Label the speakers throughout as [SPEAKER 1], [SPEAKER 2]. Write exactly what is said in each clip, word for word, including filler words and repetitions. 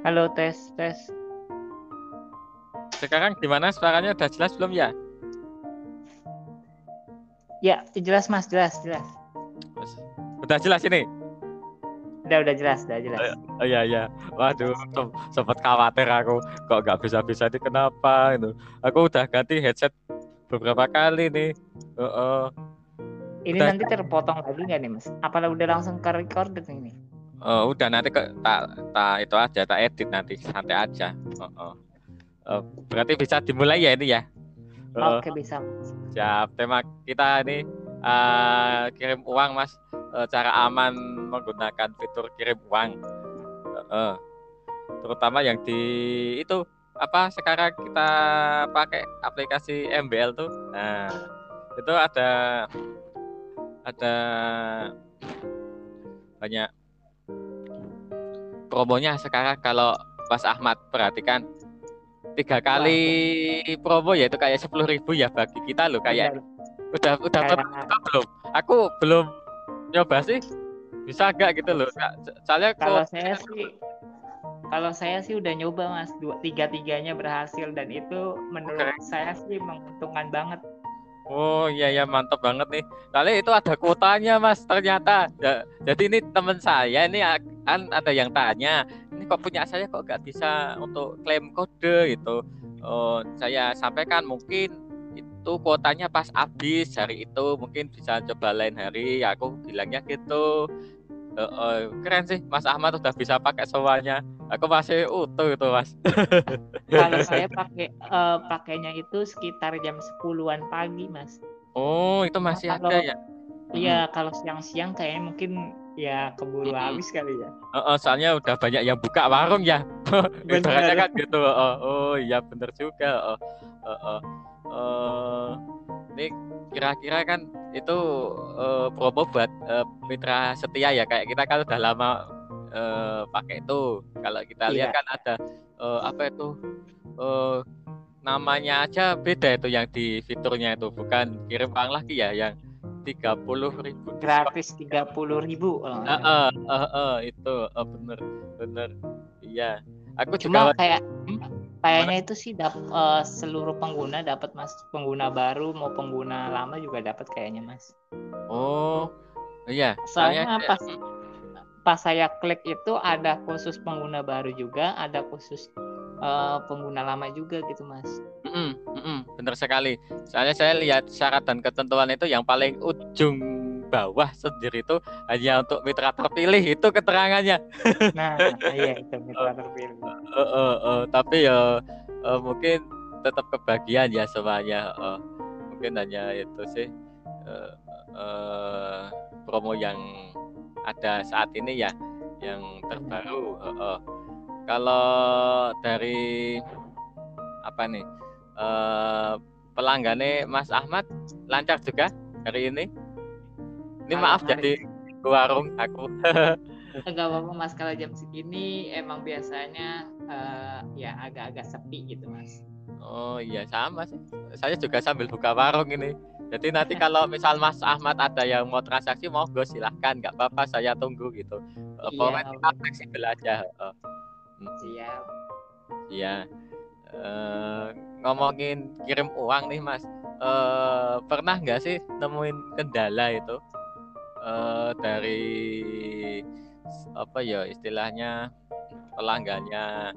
[SPEAKER 1] Halo, tes, tes.
[SPEAKER 2] Sekarang gimana suaranya udah jelas belum ya?
[SPEAKER 1] Ya, jelas Mas, jelas, jelas.
[SPEAKER 2] Udah jelas ini?
[SPEAKER 1] Udah, udah jelas, udah jelas.
[SPEAKER 2] Oh iya iya. Waduh, sem- sempat khawatir aku kok nggak bisa-bisa ini kenapa itu. Aku udah ganti headset beberapa kali nih. Heeh.
[SPEAKER 1] Ini
[SPEAKER 2] Udah
[SPEAKER 1] nanti terpotong lagi nggak nih Mas? Apalah udah langsung ke record ini?
[SPEAKER 2] eh, udah nanti ke tak tak itu aja tak edit nanti santai aja. Heeh. Eh, berarti bisa dimulai ya ini ya. Heeh.
[SPEAKER 1] Oke, bisa.
[SPEAKER 2] Siap. Tema kita ini eh, kirim uang Mas. Eh, cara aman menggunakan fitur kirim uang. Heeh. Terutama yang di itu apa sekarang kita pakai aplikasi M B L tuh. Nah, itu ada ada banyak promonya sekarang kalau Mas Ahmad perhatikan tiga kali
[SPEAKER 1] Wah,
[SPEAKER 2] promo ya itu kayak sepuluh ribu ya bagi kita loh kayak
[SPEAKER 1] benar.
[SPEAKER 2] udah udah
[SPEAKER 1] Kayak
[SPEAKER 2] pernah nyoba belum? Aku belum nyoba sih bisa gak gitu loh. Soalnya
[SPEAKER 1] kalau
[SPEAKER 2] kok
[SPEAKER 1] saya sih kalau saya sih udah nyoba Mas, dua tiga tiganya berhasil dan itu menurut
[SPEAKER 2] keren.
[SPEAKER 1] saya sih menguntungkan banget.
[SPEAKER 2] Oh iya ya mantap banget nih. Soalnya itu ada kuotanya Mas ternyata. Ya, jadi ini teman saya ini kan ada yang tanya, ini kok punya saya kok nggak bisa untuk klaim kode gitu. Oh, saya sampaikan mungkin itu kuotanya pas habis hari itu mungkin bisa coba lain hari. Aku bilangnya gitu. Uh, uh, keren sih Mas Ahmad udah bisa pakai semuanya. Aku masih utuh itu Mas.
[SPEAKER 1] Kalau saya pakai uh, pakainya itu sekitar jam sepuluhan pagi Mas.
[SPEAKER 2] Oh itu
[SPEAKER 1] Cuma
[SPEAKER 2] masih ada
[SPEAKER 1] kalau
[SPEAKER 2] ya. Mm-mm.
[SPEAKER 1] iya kalau siang-siang kayaknya mungkin ya keburu
[SPEAKER 2] Mm-mm.
[SPEAKER 1] habis kali ya.
[SPEAKER 2] Uh, uh, soalnya udah banyak yang buka warung ya. Ibaratnya
[SPEAKER 1] Bener.
[SPEAKER 2] kan gitu. Uh, oh iya bener juga. Uh, uh, uh. Uh, ini kira-kira kan itu uh, promo buat uh, mitra setia ya. Kayak kita kan udah lama uh, pakai itu. Kalau kita lihat
[SPEAKER 1] Iya.
[SPEAKER 2] kan ada uh, apa itu uh, namanya aja beda itu yang di fiturnya itu bukan kirim uang lagi ya yang tiga puluh ribu diskon.
[SPEAKER 1] Gratis tiga puluh ribu kalau nggak salah.
[SPEAKER 2] Heeh, heeh, itu oh, bener bener iya aku juga
[SPEAKER 1] Cuma kayak
[SPEAKER 2] hmm, gimana
[SPEAKER 1] kayaknya itu sih dap, uh, seluruh pengguna dapat Mas, pengguna baru mau pengguna lama juga dapat kayaknya Mas.
[SPEAKER 2] oh iya soalnya
[SPEAKER 1] Soalnya pas pas saya klik itu ada khusus pengguna baru juga, ada khusus uh, pengguna lama juga gitu Mas.
[SPEAKER 2] mm, mm, bener sekali soalnya saya lihat syarat dan ketentuan itu yang paling ujung bawah sendiri itu hanya untuk mitra terpilih itu keterangannya.
[SPEAKER 1] Nah, iya itu mitra terpilih.
[SPEAKER 2] Uh, uh, uh, tapi ya uh, mungkin tetap kebagian ya semuanya. Uh, mungkin hanya itu sih uh, uh, promo yang ada saat ini ya, yang terbaru. Uh, uh. Kalau dari apa nih uh, pelanggannya Mas Ahmad lancar juga hari ini. Ini
[SPEAKER 1] Kalau
[SPEAKER 2] maaf
[SPEAKER 1] hari
[SPEAKER 2] jadi ke warung aku.
[SPEAKER 1] Enggak apa-apa Mas, kalau jam segini emang biasanya uh, ya agak-agak sepi gitu Mas.
[SPEAKER 2] Oh iya sama sih. Saya juga sambil buka warung ini. Jadi nanti kalau misal Mas Ahmad ada yang mau transaksi monggo silahkan, nggak apa-apa saya tunggu gitu. Uh,
[SPEAKER 1] Iya,
[SPEAKER 2] pokoknya kita fleksibel aja. Uh,
[SPEAKER 1] siap.
[SPEAKER 2] iya. Uh, ngomongin kirim uang nih Mas. Uh, pernah nggak sih nemuin kendala itu uh, dari apa ya istilahnya pelanggannya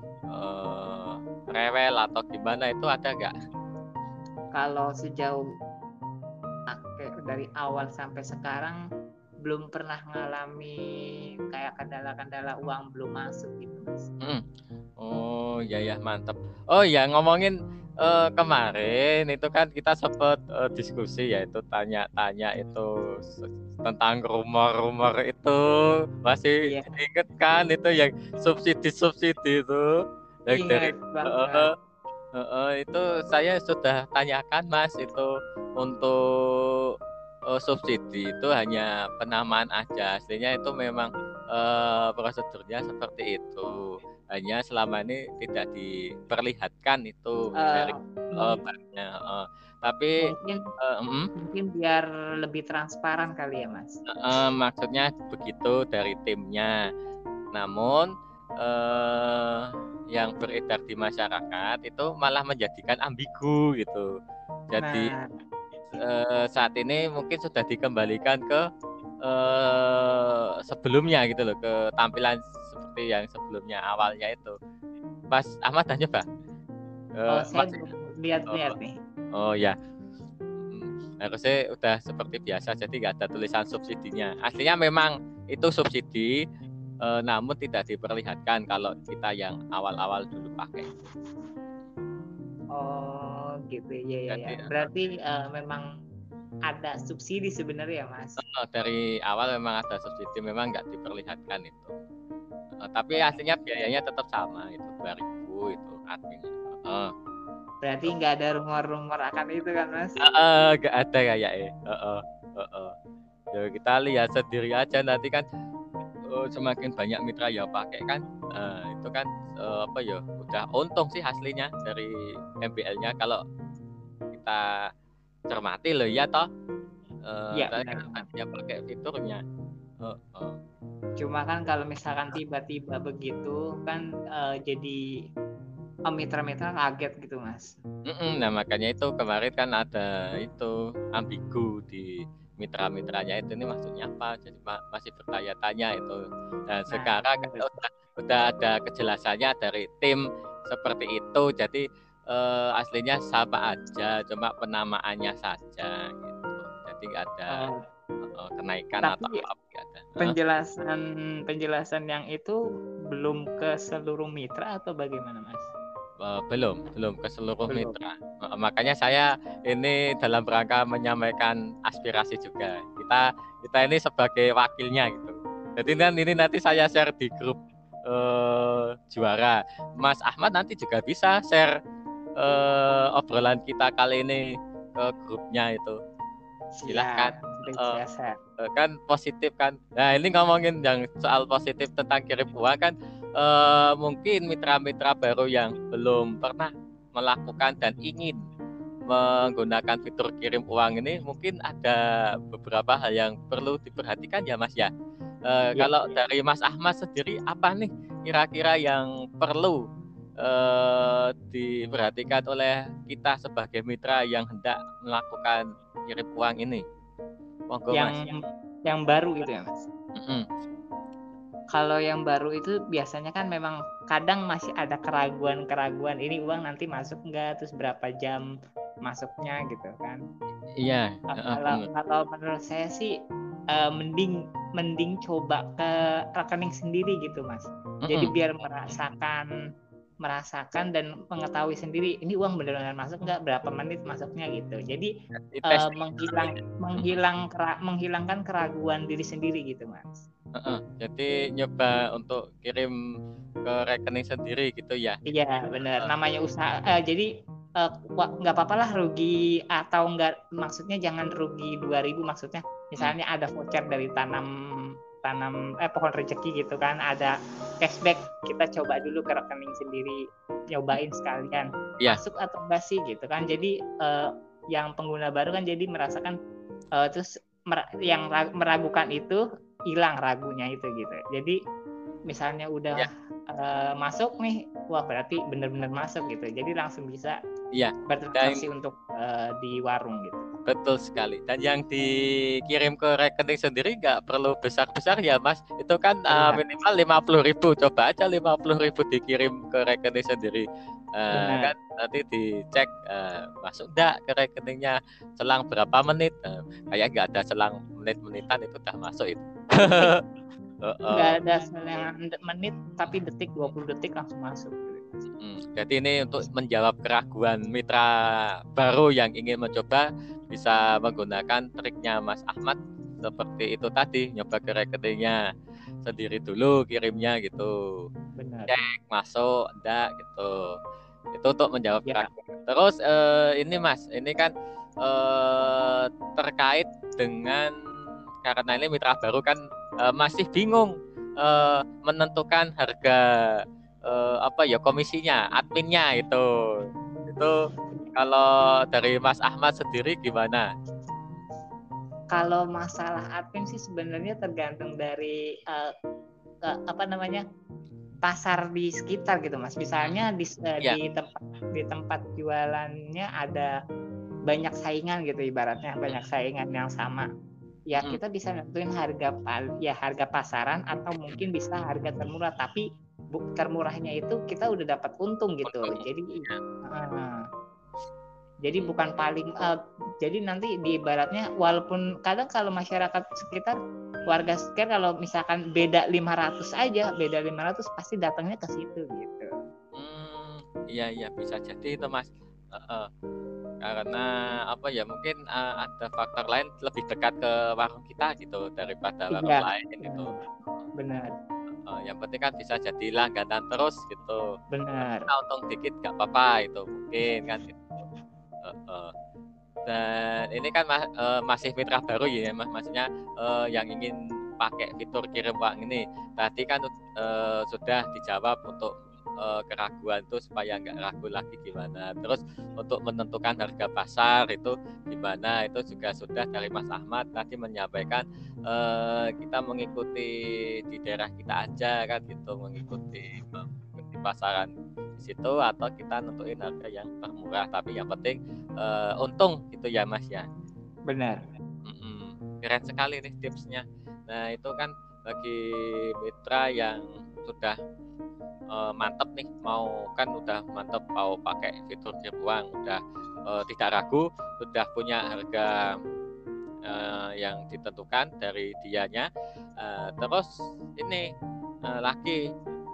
[SPEAKER 2] uh, rewel atau gimana itu ada nggak?
[SPEAKER 1] Kalau sejauh dari awal sampai sekarang belum pernah ngalami kayak kendala-kendala uang belum masuk gitu Mas.
[SPEAKER 2] Hmm. Oh ya ya mantap. Oh ya ngomongin uh, kemarin itu kan kita sempat uh, diskusi ya itu tanya-tanya itu tentang rumor-rumor itu masih
[SPEAKER 1] Iya,
[SPEAKER 2] inget kan itu yang subsidi-subsidi itu yang dari
[SPEAKER 1] ingat banget.
[SPEAKER 2] uh, uh, uh, itu saya sudah tanyakan Mas itu untuk uh, subsidi itu hanya penamaan aja aslinya itu memang uh, prosedurnya seperti itu hanya selama ini tidak diperlihatkan itu dari
[SPEAKER 1] Uh,
[SPEAKER 2] uh, banknya uh, tapi
[SPEAKER 1] mungkin
[SPEAKER 2] uh, mm,
[SPEAKER 1] mungkin biar lebih transparan kali ya Mas.
[SPEAKER 2] uh, maksudnya begitu dari timnya namun eh, yang beredar di masyarakat itu malah menjadikan ambigu gitu. Jadi
[SPEAKER 1] Nah,
[SPEAKER 2] eh, saat ini mungkin sudah dikembalikan ke eh, sebelumnya gitu loh, ke tampilan seperti yang sebelumnya awalnya itu. Mas Ahmad tanya Pak?
[SPEAKER 1] oh
[SPEAKER 2] Eh,
[SPEAKER 1] saya
[SPEAKER 2] Mas,
[SPEAKER 1] belum lihat-lihat
[SPEAKER 2] oh,
[SPEAKER 1] nih.
[SPEAKER 2] oh ya. Hmm, harusnya udah seperti biasa, jadi nggak ada tulisan subsidinya. Aslinya memang itu subsidi, eh, namun tidak diperlihatkan kalau kita yang awal-awal dulu pakai.
[SPEAKER 1] Oh gitu ya ya ya.
[SPEAKER 2] Jadi
[SPEAKER 1] Berarti uh, memang ada subsidi sebenarnya Mas.
[SPEAKER 2] eh, dari awal memang ada subsidi, memang nggak diperlihatkan itu. Eh, tapi aslinya biayanya tetap sama, itu dua ribu itu adminnya. Eh,
[SPEAKER 1] Berarti nggak ada rumor-rumor akan itu kan Mas?
[SPEAKER 2] eh, eh, nggak ada kayaknya. Eh, eh, eh, eh. Ya, kita lihat sendiri aja nanti kan. Oh, semakin banyak mitra yang pakai kan, uh, itu kan uh, apa ya, udah untung sih aslinya dari M B L-nya kalau kita cermati loh ya toh. Uh,
[SPEAKER 1] Iya
[SPEAKER 2] saya kan
[SPEAKER 1] benar-benar.
[SPEAKER 2] tadinya pakai fiturnya. Uh, uh.
[SPEAKER 1] Cuma kan kalau misalkan tiba-tiba begitu kan uh, jadi oh, mitra-mitra kaget gitu Mas.
[SPEAKER 2] Mm-mm, nah makanya itu kemarin kan ada itu ambigu di mitra-mitranya itu, ini maksudnya apa, jadi ma- masih bertanya-tanya itu. Dan
[SPEAKER 1] Nah,
[SPEAKER 2] sekarang kan
[SPEAKER 1] betul.
[SPEAKER 2] udah, udah ada kejelasannya dari tim seperti itu, jadi eh, aslinya sama aja, cuma penamaannya saja gitu, jadi nggak ada
[SPEAKER 1] Oh,
[SPEAKER 2] eh, kenaikan atau
[SPEAKER 1] tapi
[SPEAKER 2] apa, nggak ada. Hah?
[SPEAKER 1] penjelasan penjelasan yang itu belum ke seluruh mitra atau bagaimana Mas?
[SPEAKER 2] Uh, belum belum ke seluruh
[SPEAKER 1] Belum.
[SPEAKER 2] mitra. Uh, makanya saya ini dalam rangka menyampaikan aspirasi juga. Kita kita ini sebagai wakilnya gitu. Jadi kan ini nanti saya share di grup uh, juara. Mas Ahmad nanti juga bisa share uh, obrolan kita kali ini ke grupnya itu. Silahkan.
[SPEAKER 1] Siap, sudah
[SPEAKER 2] Uh,
[SPEAKER 1] biasa.
[SPEAKER 2] kan positif kan. Nah ini ngomongin yang soal positif tentang kirim uang kan, eh, mungkin mitra-mitra baru yang belum pernah melakukan dan ingin menggunakan fitur kirim uang ini, mungkin ada beberapa hal yang perlu diperhatikan ya Mas ya. Eh,
[SPEAKER 1] Ya,
[SPEAKER 2] kalau dari Mas Ahmad sendiri apa nih kira-kira yang perlu eh, diperhatikan oleh kita sebagai mitra yang hendak melakukan kirim uang ini? Monggo Mas.
[SPEAKER 1] yang yang baru itu ya Mas.
[SPEAKER 2] Mm-mm.
[SPEAKER 1] Kalau yang baru itu biasanya kan memang kadang masih ada keraguan-keraguan ini uang nanti masuk nggak, terus berapa jam masuknya gitu kan.
[SPEAKER 2] Iya,
[SPEAKER 1] Nah,
[SPEAKER 2] heeh,
[SPEAKER 1] kalau
[SPEAKER 2] bener.
[SPEAKER 1] kalau menurut saya sih uh, mending mending coba ke rekening sendiri gitu Mas. Jadi
[SPEAKER 2] Mm-mm.
[SPEAKER 1] biar merasakan merasakan dan mengetahui sendiri ini uang benar-benar masuk nggak, berapa menit masuknya gitu. Jadi
[SPEAKER 2] Di
[SPEAKER 1] uh,
[SPEAKER 2] testing dulu
[SPEAKER 1] menghilang
[SPEAKER 2] ya. Mm-mm.
[SPEAKER 1] menghilang menghilangkan keraguan diri sendiri gitu Mas.
[SPEAKER 2] Heeh. Jadi nyoba untuk kirim ke rekening sendiri gitu ya.
[SPEAKER 1] Iya benar,
[SPEAKER 2] Heeh.
[SPEAKER 1] namanya usaha. Uh, jadi uh, nggak apa-apa lah rugi atau nggak, maksudnya jangan rugi dua ribu, maksudnya
[SPEAKER 2] Mm.
[SPEAKER 1] misalnya ada voucher dari tanam tanam eh pohon rezeki gitu kan, ada cashback, kita coba dulu ke rekening sendiri, nyobain sekalian
[SPEAKER 2] Iya,
[SPEAKER 1] masuk atau enggak sih gitu kan. Jadi uh, yang pengguna baru kan jadi merasakan uh, terus mer- yang ra- meragukan itu hilang ragunya itu gitu. Jadi misalnya udah
[SPEAKER 2] iya,
[SPEAKER 1] uh, masuk nih, wah berarti benar-benar masuk gitu. Jadi langsung bisa
[SPEAKER 2] iya. Dan
[SPEAKER 1] bertransaksi untuk uh, di warung gitu.
[SPEAKER 2] betul sekali. Dan yang dikirim ke rekening sendiri nggak perlu besar-besar ya, Mas. Itu kan uh,
[SPEAKER 1] Iya,
[SPEAKER 2] minimal lima puluh ribu. Coba aja lima puluh ribu dikirim ke rekening sendiri. Uh,
[SPEAKER 1] benar.
[SPEAKER 2] kan nanti dicek uh, masuk enggak ke rekeningnya selang berapa menit. Uh, kayak nggak ada selang menit-menitan, itu udah masuk itu.
[SPEAKER 1] Nggak
[SPEAKER 2] Uh,
[SPEAKER 1] ada selang menit, tapi detik, dua puluh detik langsung masuk.
[SPEAKER 2] Hmm, jadi ini untuk menjawab keraguan mitra baru yang ingin mencoba, bisa menggunakan triknya Mas Ahmad seperti itu tadi, nyoba ke rekeningnya sendiri dulu kirimnya gitu,
[SPEAKER 1] Benar.
[SPEAKER 2] cek masuk enggak gitu. Itu untuk menjawab
[SPEAKER 1] Ya,
[SPEAKER 2] keraguan. Terus eh, ini Mas, ini kan eh, terkait dengan, karena ini mitra baru kan eh, masih bingung eh, menentukan harga eh, apa ya komisinya, adminnya itu. Itu kalau dari Mas Ahmad sendiri gimana?
[SPEAKER 1] kalau masalah admin sih sebenarnya tergantung dari uh, uh, apa namanya pasar di sekitar gitu Mas. Misalnya di uh,
[SPEAKER 2] Ya.
[SPEAKER 1] di tempat di tempat jualannya ada banyak saingan gitu ibaratnya, banyak saingan yang sama. Ya
[SPEAKER 2] Mm.
[SPEAKER 1] kita bisa nentuin harga pal ya harga pasaran atau mungkin bisa harga termurah, tapi bu, termurahnya itu kita udah dapat untung gitu.
[SPEAKER 2] Untung.
[SPEAKER 1] Jadi
[SPEAKER 2] Ya.
[SPEAKER 1] uh, jadi bukan paling uh, jadi nanti di ibaratnya walaupun kadang kalau masyarakat sekitar warga sekitar kalau misalkan beda lima ratus aja, beda lima ratus pasti datangnya ke situ gitu.
[SPEAKER 2] Hmm, iya iya bisa jadi itu Mas. Uh, uh. Karena apa ya mungkin uh, ada faktor lain lebih dekat ke warung kita gitu daripada warung
[SPEAKER 1] Iya,
[SPEAKER 2] lain gitu.
[SPEAKER 1] Benar.
[SPEAKER 2] Uh, yang penting kan bisa jadi langganan terus gitu.
[SPEAKER 1] Benar.
[SPEAKER 2] Kita untung dikit gak apa-apa itu mungkin kan gitu. Uh, uh. Dan ini kan ma- uh, masih mitra baru ya mas, maksudnya uh, yang ingin pakai fitur kirim uang ini. Tadi kan uh, sudah dijawab untuk uh, keraguan itu supaya nggak ragu lagi gimana. Terus untuk menentukan harga pasar itu gimana, itu juga sudah dari Mas Ahmad tadi menyampaikan uh, kita mengikuti di daerah kita aja kan gitu, mengikuti mengikuti pasaran di situ atau kita nentuin harga yang termurah, tapi yang penting uh, untung gitu ya Mas ya.
[SPEAKER 1] Benar.
[SPEAKER 2] Mm-mm. Keren sekali nih tipsnya. Nah itu kan bagi mitra yang sudah uh, mantep nih, mau kan udah mantep mau pakai fitur kirim uang, udah uh, tidak ragu, sudah punya harga uh, yang ditentukan dari dianya. Uh, terus ini uh, lagi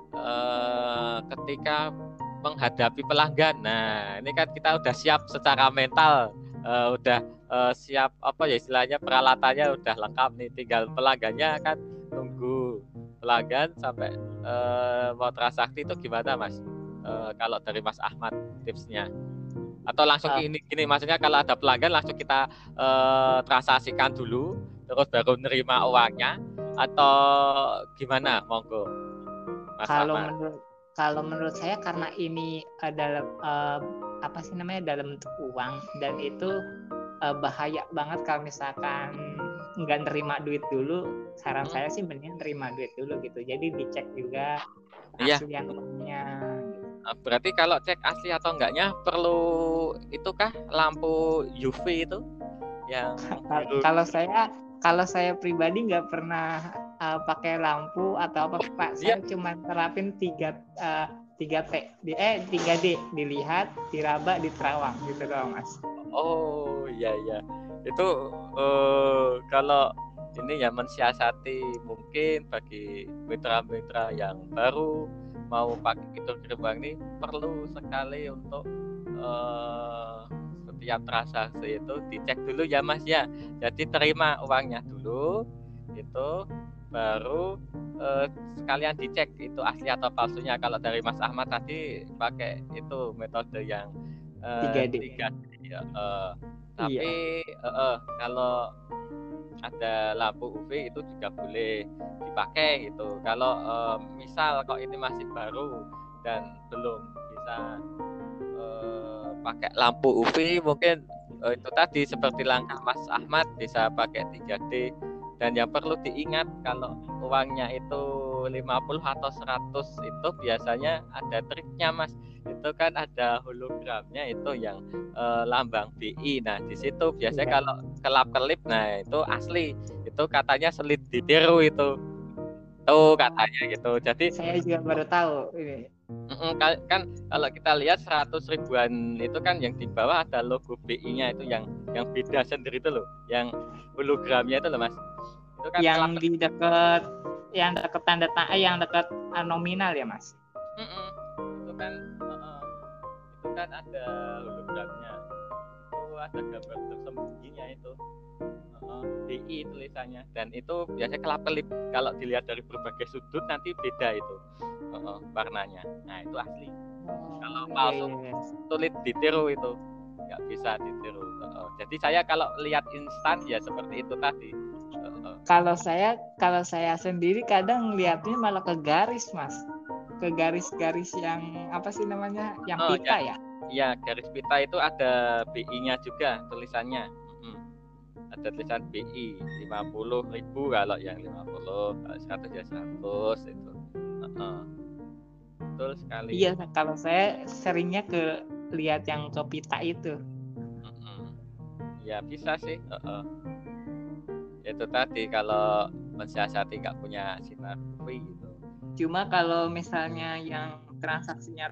[SPEAKER 2] uh, ketika menghadapi pelanggan. Nah, ini kan kita udah siap secara mental, uh, udah uh, siap apa ya istilahnya peralatannya udah lengkap nih, tinggal pelanggannya kan tunggu pelanggan sampai uh, mau transaksi itu gimana Mas? Uh, kalau dari Mas Ahmad tipsnya? Atau langsung uh. gini, gini maksudnya kalau ada pelanggan langsung kita uh, transaksikan dulu terus baru nerima uangnya atau gimana? Monggo. Mas
[SPEAKER 1] kalau
[SPEAKER 2] Ahmad.
[SPEAKER 1] menurut kalau menurut saya karena ini adalah uh, apa sih namanya dalam bentuk uang dan itu uh, bahaya banget kalau misalkan nggak nerima duit dulu. Saran hmm. saya sih mending nerima duit dulu gitu. Jadi dicek juga aslian uangnya.
[SPEAKER 2] Berarti kalau cek asli atau enggaknya perlu itu kah lampu U V itu yang
[SPEAKER 1] kalau saya kalau saya pribadi nggak pernah uh, pakai lampu atau apa Pak. Saya yeah. cuma terapin tiga uh, tiga T di eh tiga D, dilihat, diraba, diterawang gitu doang Mas.
[SPEAKER 2] Oh iya iya. Itu uh, kalau ini ya mensiasati mungkin bagi mitra-mitra yang baru mau pakai fitur kirim uang ini perlu sekali untuk uh, setiap transaksi itu dicek dulu ya Mas ya. Jadi terima uangnya dulu itu baru uh, sekalian dicek itu asli atau palsunya. Kalau dari Mas Ahmad tadi pakai itu metode yang uh, tiga D ya, uh, tapi iya. uh, uh, kalau ada lampu U V itu juga boleh dipakai gitu. Kalau uh, misal kok ini masih baru dan belum bisa uh, pakai lampu U V, mungkin uh, itu tadi seperti langkah Mas Ahmad bisa pakai tiga D. Dan yang perlu diingat kalau uangnya itu lima puluh atau seratus itu biasanya ada triknya Mas. Itu kan ada hologramnya itu yang uh, lambang B I. Nah, di situ biasanya ya. Kalau kelap-kelip nah itu asli. Itu katanya sulit ditiru itu. Tuh katanya gitu. Jadi
[SPEAKER 1] saya juga baru tahu ini.
[SPEAKER 2] Kan, kan kalau kita lihat seratus ribuan itu kan yang di bawah ada logo B I-nya itu yang yang beda sendiri itu loh, yang hologramnya itu loh Mas. Itu kan
[SPEAKER 1] yang kelap- di dekat yang dekat tanda tanda yang dekat nominal ya Mas.
[SPEAKER 2] Mm-mm. Itu kan uh-uh. itu kan ada hologramnya. Itu ada gambar tersembunyinya itu. Uh-uh. B I tulisannya dan itu biasanya kelap-kelip kalau dilihat dari berbagai sudut nanti beda itu uh-uh, warnanya. Nah itu asli. Oh, kalau palsu yeah. sulit ditiru itu, nggak bisa ditiru. Uh-uh. Jadi saya kalau lihat instan ya seperti itu tadi. Uh-uh.
[SPEAKER 1] Kalau saya kalau saya sendiri kadang lihatnya malah ke garis Mas, ke garis-garis yang apa sih namanya, yang
[SPEAKER 2] oh,
[SPEAKER 1] pita
[SPEAKER 2] ya.
[SPEAKER 1] ya?
[SPEAKER 2] Iya garis pita itu ada B I-nya juga tulisannya. Ada tulisan B I lima puluh ribu kalau yang lima puluh, kalau seratus ya seratus itu. Uh-uh. betul sekali.
[SPEAKER 1] Iya, kalau saya seringnya ke lihat yang ke pita itu.
[SPEAKER 2] Mm-mm. Ya bisa sih. Uh-uh. Itu tadi kalau mensiasati nggak punya sinar U V gitu.
[SPEAKER 1] Cuma kalau misalnya yang transaksinya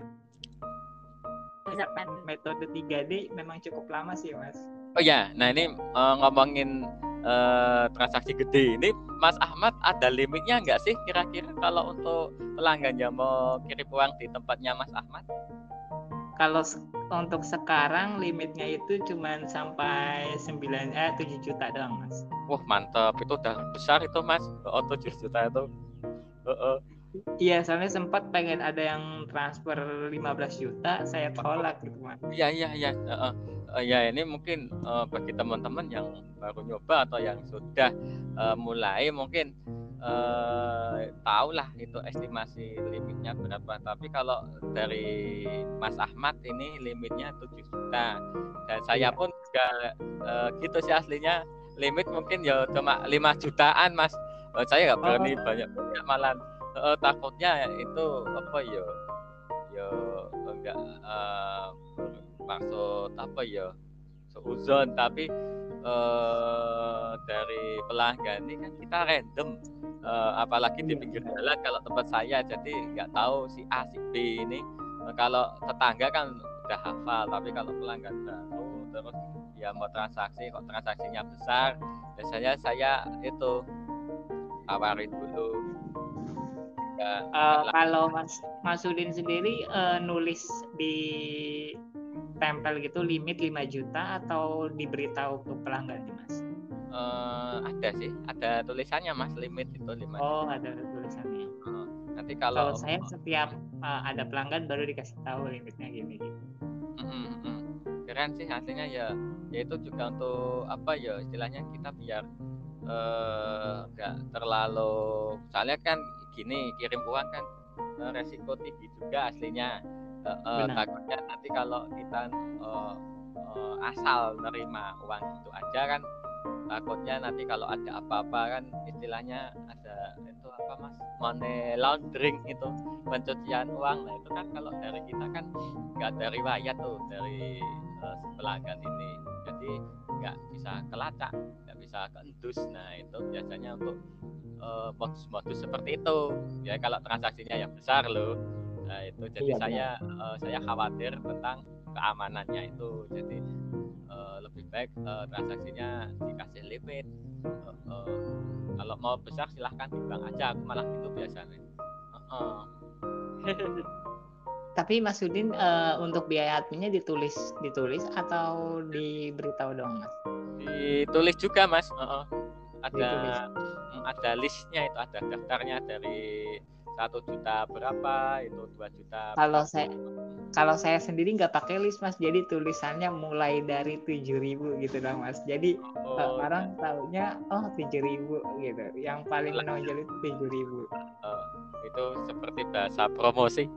[SPEAKER 1] metode tiga D memang cukup lama sih, Mas.
[SPEAKER 2] Oh ya, nah ini uh, ngomongin uh, transaksi gede ini, Mas Ahmad ada limitnya nggak sih kira-kira kalau untuk pelanggan yang mau kirim uang di tempatnya Mas Ahmad?
[SPEAKER 1] Kalau untuk sekarang limitnya itu cuma sampai sembilan eh tujuh juta doang, Mas.
[SPEAKER 2] Wah mantap, itu udah besar itu Mas. Oh tujuh juta itu. Uh-uh.
[SPEAKER 1] Iya, soalnya sempat pengen ada yang transfer lima belas juta, saya tolak gitu, Mas.
[SPEAKER 2] Iya iya iya. Uh-uh. Uh, ya ini mungkin uh, bagi teman-teman yang baru nyoba atau yang sudah uh, mulai mungkin uh, tahu lah itu estimasi limitnya berapa. Tapi kalau dari Mas Ahmad ini limitnya tujuh juta. Dan saya
[SPEAKER 1] Iya.
[SPEAKER 2] pun juga uh, gitu sih aslinya, limit mungkin ya cuma lima jutaan Mas. Uh, saya nggak berani
[SPEAKER 1] Oh.
[SPEAKER 2] banyak-banyak malah uh, takutnya itu apa ya ya enggak uh, maksud apa ya seuzon, tapi uh, dari pelanggan ini kan kita random, uh, apalagi di pinggir jalan kalau tempat saya, jadi nggak tahu si A si B ini. Uh, kalau tetangga kan udah hafal, tapi kalau pelanggan baru terus dia mau transaksi kok transaksinya besar, biasanya saya itu tawarin dulu. Ya,
[SPEAKER 1] uh, kalau Mas Masudin sendiri uh, nulis di tempel gitu limit lima juta atau diberitahu ke pelanggan nih, Mas?
[SPEAKER 2] Uh, ada sih, ada tulisannya Mas, limit itu lima juta.
[SPEAKER 1] Oh, ada tulisannya.
[SPEAKER 2] Uh, nanti kalau,
[SPEAKER 1] kalau saya setiap uh, ada pelanggan baru dikasih tahu limitnya gini gitu.
[SPEAKER 2] Mm, mm, keren sih hasilnya ya. Ya itu juga untuk apa ya istilahnya kita biar nggak uh, terlalu, soalnya kan gini kirim uang kan uh, resiko tinggi juga aslinya. Uh, uh, takutnya nanti kalau kita uh, uh, asal nerima uang itu aja kan, takutnya nanti kalau ada apa-apa kan istilahnya ada itu apa Mas, money laundering, itu pencucian uang. Nah itu kan kalau dari kita kan nggak ada riwayat tuh dari uh, si pelanggan ini, jadi nggak bisa kelacak, nggak bisa keendus. Nah itu biasanya untuk uh, modus-modus seperti itu ya, kalau transaksinya yang besar loh. Nah itu jadi iya, saya uh, saya khawatir tentang keamanannya itu, jadi uh, lebih baik uh, transaksinya dikasih limit. Uh, uh, kalau mau besar silahkan di bank aja, aku malah gitu biasanya. Uh, uh.
[SPEAKER 1] Tapi Mas Udin uh, untuk biaya adminnya ditulis ditulis atau diberitahu dong Mas?
[SPEAKER 2] Ditulis juga Mas. Uh, uh. Ada ditulis. Ada listnya, itu ada daftarnya dari satu juta berapa, itu dua juta.
[SPEAKER 1] Kalau saya kalau saya sendiri nggak pakai list Mas, jadi tulisannya mulai dari tujuh ribu gitu dong Mas. Jadi oh, orang ya. Taunya oh tujuh ribu gitu. Yang paling menonjol itu tujuh ribu.
[SPEAKER 2] Uh, itu seperti bahasa promosi.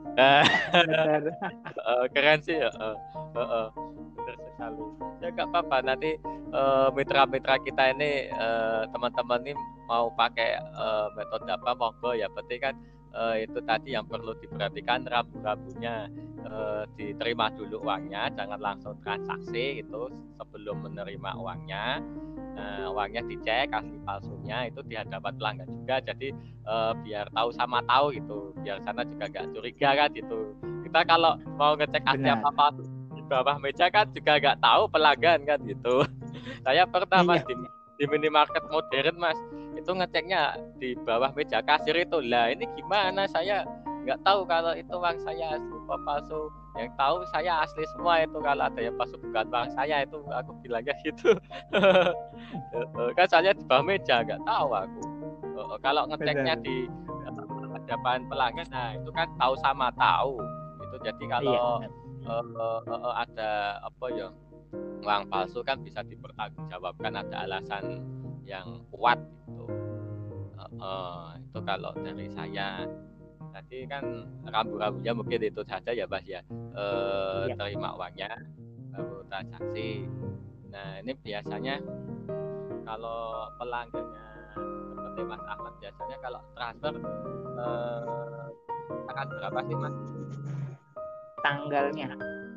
[SPEAKER 2] uh, keren sih ya. Uh, uh, uh, benar sekali. Ya nggak apa-apa, nanti uh, mitra-mitra kita ini uh, teman-teman ini mau pakai uh, metode apa monggo ya, penting kan uh, itu tadi yang perlu diperhatikan rambu-rambunya. Uh, diterima dulu uangnya, jangan langsung transaksi itu sebelum menerima uangnya. Nah, uangnya dicek asli palsunya itu di hadapan pelanggan juga, jadi uh, biar tahu sama tahu gitu, biar sana juga nggak curiga kan gitu. Kita kalau mau ngecek asli apa-apa di bawah meja kan juga nggak tahu pelanggan kan gitu. Saya pernah Mas di, di minimarket modern Mas, itu ngeceknya di bawah meja kasir itu. Lah ini gimana, saya nggak tahu kalau itu uang saya asli apa palsu. Yang tahu saya asli semua itu, kalau ada yang palsu bukan uang saya, itu aku bilangnya gitu. Kan saya di bawah meja nggak tahu aku. Kalau ngeceknya di hadapan pelanggan, nah itu kan tahu sama tahu itu. Jadi kalau iya, uh, uh, uh, ada apa ya uang palsu kan bisa dipertanggungjawabkan, ada alasan yang kuat gitu. Uh, uh, itu kalau dari saya. Tadi kan rambu-rambunya mungkin itu saja ya Mas ya. E, ya. Terima uangnya baru transaksi. Nah ini biasanya kalau pelanggannya seperti Mas Ahmad, biasanya kalau transfer e, akan berapa sih Mas?
[SPEAKER 1] Tanggalnya.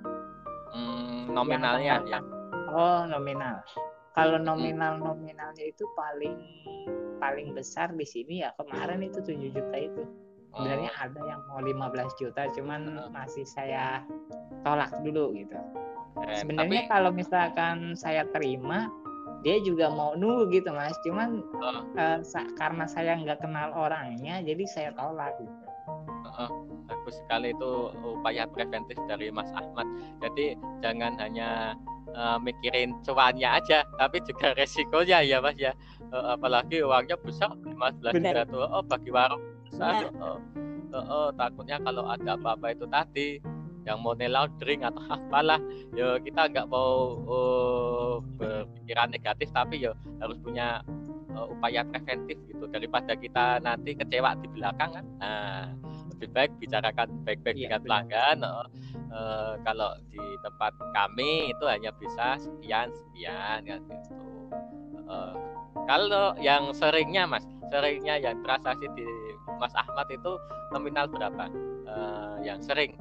[SPEAKER 2] Hmm,
[SPEAKER 1] Yang
[SPEAKER 2] nominalnya
[SPEAKER 1] tanggal
[SPEAKER 2] ya.
[SPEAKER 1] tang- Oh, nominal. Kalau
[SPEAKER 2] Mm-mm.
[SPEAKER 1] nominal nominalnya itu paling paling besar di sini ya kemarin itu tujuh juta itu. Sebenarnya
[SPEAKER 2] Oh,
[SPEAKER 1] ada yang mau lima belas juta, cuman
[SPEAKER 2] heeh.
[SPEAKER 1] masih saya tolak dulu gitu.
[SPEAKER 2] Keren.
[SPEAKER 1] Sebenarnya
[SPEAKER 2] Tapi
[SPEAKER 1] kalau misalkan saya terima, dia juga mau nunggu gitu Mas. Cuman
[SPEAKER 2] eh,
[SPEAKER 1] eh, sa- karena saya nggak kenal orangnya, jadi saya tolak gitu.
[SPEAKER 2] heeh, bagus sekali itu upaya preventif dari Mas Ahmad. Jadi jangan hanya eh, mikirin cuannya aja, tapi juga resikonya ya Mas ya. Eh, apalagi uangnya besar lima belas juta
[SPEAKER 1] Benar,
[SPEAKER 2] tuh, oh bagi warung besar.
[SPEAKER 1] benar.
[SPEAKER 2] Oh, oh, oh, takutnya kalau ada apa-apa itu tadi yang money laundering atau apalah, ya kita nggak mau oh, berpikiran negatif, tapi ya harus punya uh, upaya preventif gitu daripada kita nanti kecewa di belakang kan. Nah, lebih baik bicarakan baik-baik
[SPEAKER 1] Iya,
[SPEAKER 2] dengan
[SPEAKER 1] benar.
[SPEAKER 2] pelanggan. Uh, uh, kalau di tempat kami itu hanya bisa sekian sekian ya gitu. Uh, kalau yang seringnya Mas, seringnya yang transaksi di Mas Ahmad itu nominal berapa? Uh, yang sering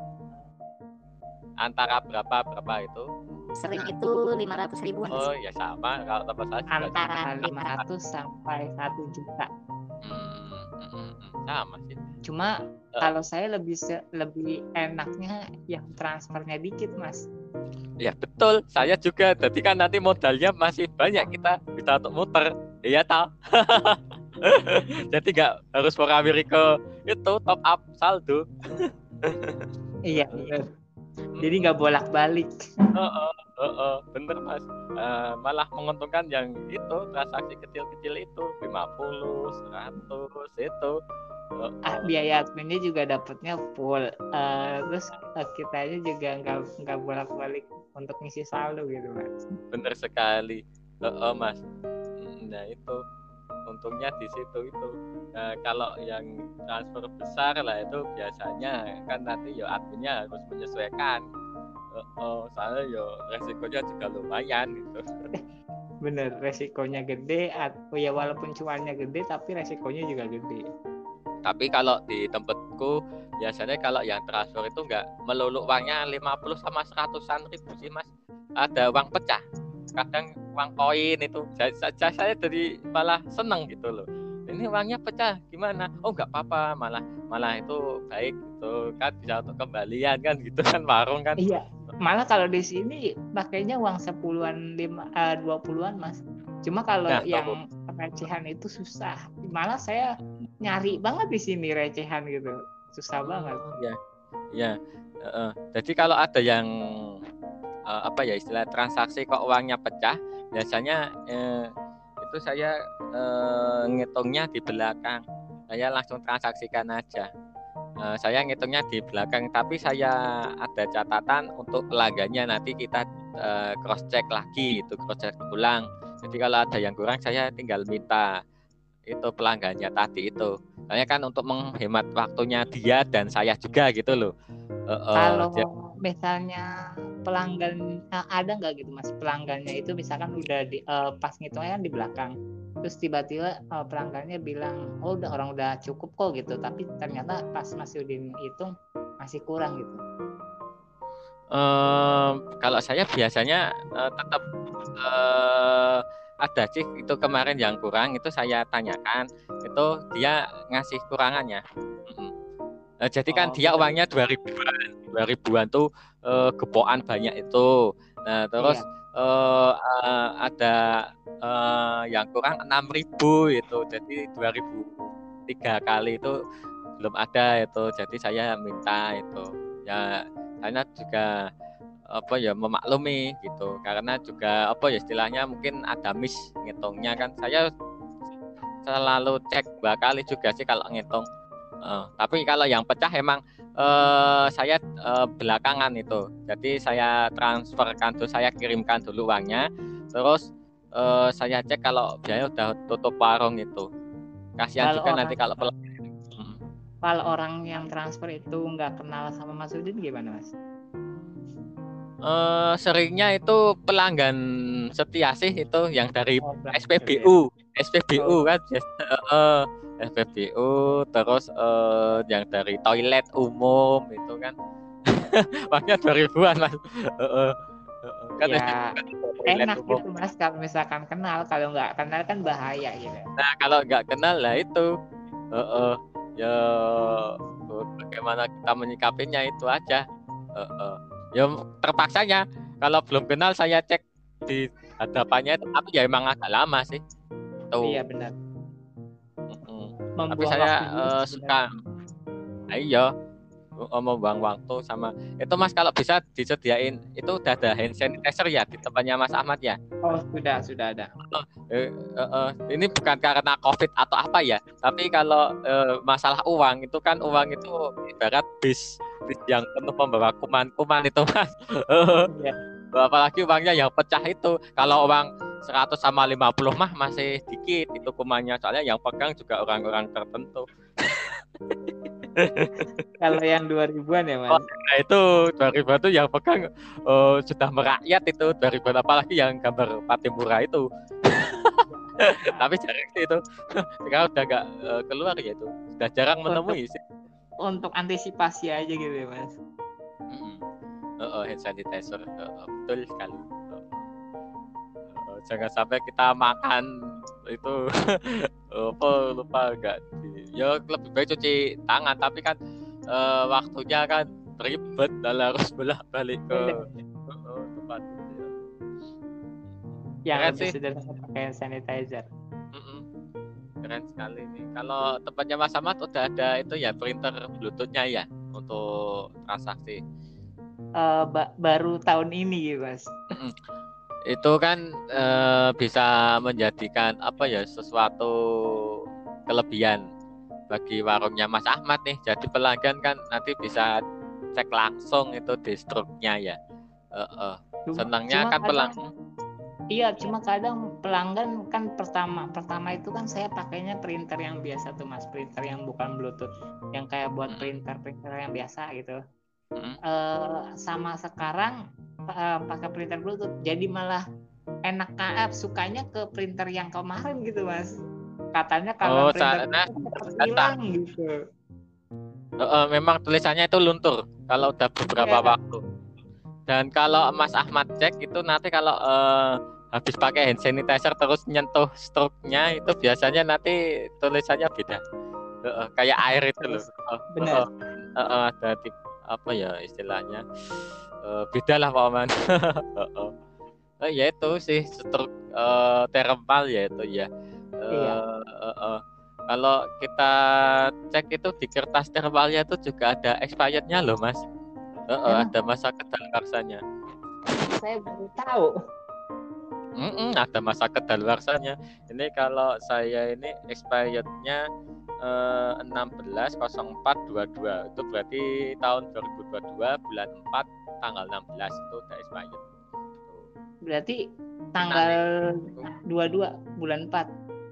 [SPEAKER 2] antara berapa berapa itu?
[SPEAKER 3] Sering itu lima ratus ribuan.
[SPEAKER 2] Oh ya sama kalau tempat saya juga
[SPEAKER 1] Antara lima ratus sampai satu juta.
[SPEAKER 2] Hmm, hmm, hmm, sama sih.
[SPEAKER 1] Cuma
[SPEAKER 2] Uh,
[SPEAKER 1] kalau saya lebih se- lebih enaknya yang transfernya dikit Mas.
[SPEAKER 2] Ya betul, saya juga. Jadi kan nanti modalnya masih banyak, kita bisa untuk muter, iya tahu. Jadi nggak harus mengambil ke itu top up saldo.
[SPEAKER 1] Iya, benar. Jadi nggak bolak-balik.
[SPEAKER 2] Oh, oh, oh, oh, bener Mas. Uh, malah menguntungkan yang itu transaksi kecil-kecil itu lima puluh, seratus itu. Oh,
[SPEAKER 1] Ah,
[SPEAKER 2] oh.
[SPEAKER 1] biaya adminnya juga dapatnya full. Uh, terus uh, kitanya juga nggak nggak bolak-balik untuk ngisi saldo gitu Mas.
[SPEAKER 2] Bener sekali. Oh, oh, Mas. Nah itu untungnya di situ itu. Nah, kalau yang transfer besar lah itu biasanya kan nanti ya adminnya harus menyesuaikan. Oh, oh soalnya ya resikonya juga lumayan gitu.
[SPEAKER 1] Bener, resikonya gede. Oh ya walaupun cuannya gede, tapi resikonya juga gede.
[SPEAKER 2] Tapi kalau di tempatku biasanya kalau yang transfer itu nggak melulu uangnya lima puluh sama seratusan ribu sih Mas. Ada uang pecah. Kadang uang koin itu saya, saya, saya jadi malah seneng gitu loh. Ini uangnya pecah gimana? Oh nggak apa-apa, malah malah itu baik gitu kan, bisa untuk kembalian kan gitu kan, warung kan.
[SPEAKER 1] Iya, malah kalau di sini pakainya uang sepuluhan, lima, uh, dua puluhan Mas. Cuma kalau
[SPEAKER 2] Nah,
[SPEAKER 1] yang recehan itu susah. Malah saya nyari banget di sini recehan gitu, susah banget.
[SPEAKER 2] Ya, ya. Uh, jadi kalau ada yang uh, apa ya istilah transaksi kok uangnya pecah, biasanya uh, itu saya uh, ngitungnya di belakang. Saya langsung transaksikan aja. Uh, saya ngitungnya di belakang, tapi saya ada catatan untuk pelanggannya, nanti kita uh, cross check lagi, itu cross check ulang. Jadi kalau ada yang kurang saya tinggal minta itu pelanggannya tadi itu. Soalnya kan untuk menghemat waktunya dia dan saya juga gitu loh. Uh, uh,
[SPEAKER 1] Kalau
[SPEAKER 2] dia,
[SPEAKER 1] misalnya pelanggan uh, ada nggak gitu Mas, pelanggannya itu misalkan udah di, uh, pas ngitungnya kan di belakang, terus tiba-tiba uh, pelanggannya bilang oh udah orang udah cukup kok gitu, tapi ternyata pas masih udah hitung masih kurang gitu.
[SPEAKER 2] uh, kalau saya biasanya uh, tetap uh, ada sih itu kemarin yang kurang itu saya tanyakan, itu dia ngasih kurangannya. Mm-mm. Uh, jadi kan
[SPEAKER 1] Oh,
[SPEAKER 2] dia
[SPEAKER 1] gitu.
[SPEAKER 2] uangnya dua ribuan, dua ribuan tuh uh, gepokan banyak itu. Nah terus
[SPEAKER 1] Iya.
[SPEAKER 2] uh, uh, ada uh, yang kurang enam ribu itu, jadi dua ribu tiga kali itu belum ada itu, jadi saya minta itu ya, saya juga apa ya memaklumi gitu, karena juga apa ya istilahnya mungkin ada miss ngitungnya kan, saya selalu cek dua kali juga sih kalau ngitung. Uh, tapi kalau yang pecah emang uh, saya uh, belakangan itu, jadi saya transferkan tuh, saya kirimkan dulu uangnya, terus uh, saya cek kalau biaya udah tutup warung itu. Kasihan
[SPEAKER 1] Kalau
[SPEAKER 2] juga
[SPEAKER 1] orang
[SPEAKER 2] nanti kalau pelanggan. Hmm.
[SPEAKER 1] kalau orang yang transfer itu nggak kenal sama Mas Udin gimana Mas?
[SPEAKER 2] Uh, seringnya itu pelanggan setia sih, itu yang dari
[SPEAKER 1] Oh,
[SPEAKER 2] S P B U, S P B U
[SPEAKER 1] oh.
[SPEAKER 2] kan. Uh, S P B U, terus eh, yang dari toilet umum itu kan uangnya dua ribuan mas. Heeh, heeh. Kan
[SPEAKER 1] Ya
[SPEAKER 2] toilet
[SPEAKER 1] enak
[SPEAKER 2] umum.
[SPEAKER 1] gitu mas kalau misalkan kenal, kalau nggak kenal kan bahaya gitu.
[SPEAKER 2] Nah kalau nggak kenal lah itu, heeh, ya eh, bagaimana kita menyikapinya itu aja. Heeh. Ya terpaksanya kalau belum kenal saya cek di hadapannya, tapi ya emang agak lama sih. Tuh.
[SPEAKER 1] Iya benar.
[SPEAKER 2] Mm-mm. Tapi
[SPEAKER 1] Membuang
[SPEAKER 2] saya
[SPEAKER 1] waktu juga
[SPEAKER 2] eh,
[SPEAKER 1] sebenarnya.
[SPEAKER 2] suka, ah, iya, oh, membuang waktu sama itu mas. Kalau bisa disediain itu udah ada hand sanitizer ya di tempatnya Mas Ahmad ya.
[SPEAKER 1] Oh sudah sudah ada.
[SPEAKER 2] Eh, eh, eh, ini bukan karena COVID atau apa ya, tapi kalau eh, masalah uang itu kan, uang itu ibarat bis bis yang penuh membawa kuman-kuman itu mas.
[SPEAKER 1] Iya.
[SPEAKER 2] Apalagi uangnya yang pecah itu, kalau uang seratus sama lima puluh mah masih dikit itu kumannya, soalnya yang pegang juga orang-orang tertentu.
[SPEAKER 1] Kalau yang dua ribuan ya
[SPEAKER 2] Oh,
[SPEAKER 1] mas.
[SPEAKER 2] nah itu dua ribuan itu yang pegang eh, sudah merakyat itu dua ribuan, apalagi yang gambar Patimura itu. Tapi jarang sih itu. Sekarang udah gak eh, keluar ya itu. Sudah jarang menemui sih.
[SPEAKER 1] Untuk antisipasi aja gitu ya mas.
[SPEAKER 2] Mm-mm. Oh, oh, hand sanitizer. Oh, oh, betul sekali. Oh, oh, jangan sampai kita makan itu apa lupa enggak di, ya lebih baik cuci tangan, tapi kan eh, waktunya kan ribet dan harus bolak-balik ke oh, oh, tempat itu ya.
[SPEAKER 1] Yang
[SPEAKER 2] Keren
[SPEAKER 1] lebih
[SPEAKER 2] sih.
[SPEAKER 1] sederhana pakai hand sanitizer.
[SPEAKER 2] Mm-mm. Keren sekali nih. Kalau tempatnya Mas Ahmad udah ada itu ya, printer Bluetooth-nya ya untuk transaksi.
[SPEAKER 1] Eh, ba- baru tahun ini gitu mas.
[SPEAKER 2] Mm-mm. Itu kan eh, bisa menjadikan apa ya, sesuatu kelebihan bagi warungnya Mas Ahmad nih. Jadi pelanggan kan nanti bisa cek langsung itu di struknya ya. Uh, uh.
[SPEAKER 1] Cuma,
[SPEAKER 2] Senangnya
[SPEAKER 1] cuma
[SPEAKER 2] kan
[SPEAKER 1] kadang,
[SPEAKER 2] pelanggan.
[SPEAKER 1] iya cuma kadang pelanggan kan pertama pertama itu kan saya pakainya printer yang biasa tuh mas, printer yang bukan Bluetooth, yang kayak buat printer printer yang biasa gitu.
[SPEAKER 2] Mm-hmm.
[SPEAKER 1] Uh, sama sekarang uh, pakai printer Bluetooth, jadi malah enak kan, sukanya ke printer yang kemarin gitu mas. Katanya kalau
[SPEAKER 2] Oh,
[SPEAKER 1] printer
[SPEAKER 2] nah,
[SPEAKER 1] hilang gitu.
[SPEAKER 2] Uh, uh, memang tulisannya itu luntur kalau udah beberapa
[SPEAKER 1] Yeah.
[SPEAKER 2] waktu. Dan kalau Mas Ahmad cek itu nanti kalau uh, habis pakai hand sanitizer terus nyentuh struknya itu biasanya nanti tulisannya beda. Uh, uh, kayak air itu loh. Uh,
[SPEAKER 1] Benar.
[SPEAKER 2] Uh, uh, uh, ada tip, apa ya istilahnya? Uh, beda lah Pak Oman. uh, uh. Oh, ya itu sih struk uh, thermal ya itu ya. Uh,
[SPEAKER 1] Iya.
[SPEAKER 2] Uh, uh. Kalau kita cek itu di kertas thermalnya itu juga ada expirednya loh mas. Uh, uh, ada masa kedaluarsanya.
[SPEAKER 1] Saya baru tahu.
[SPEAKER 2] Mm-mm, ada masa kedaluarsanya. Ini kalau saya ini expirednya uh, enam belas nol empat dua dua, itu berarti tahun dua ribu dua puluh dua bulan empat tanggal enam belas itu udah expired.
[SPEAKER 1] Berarti tanggal dua puluh dua bulan empat.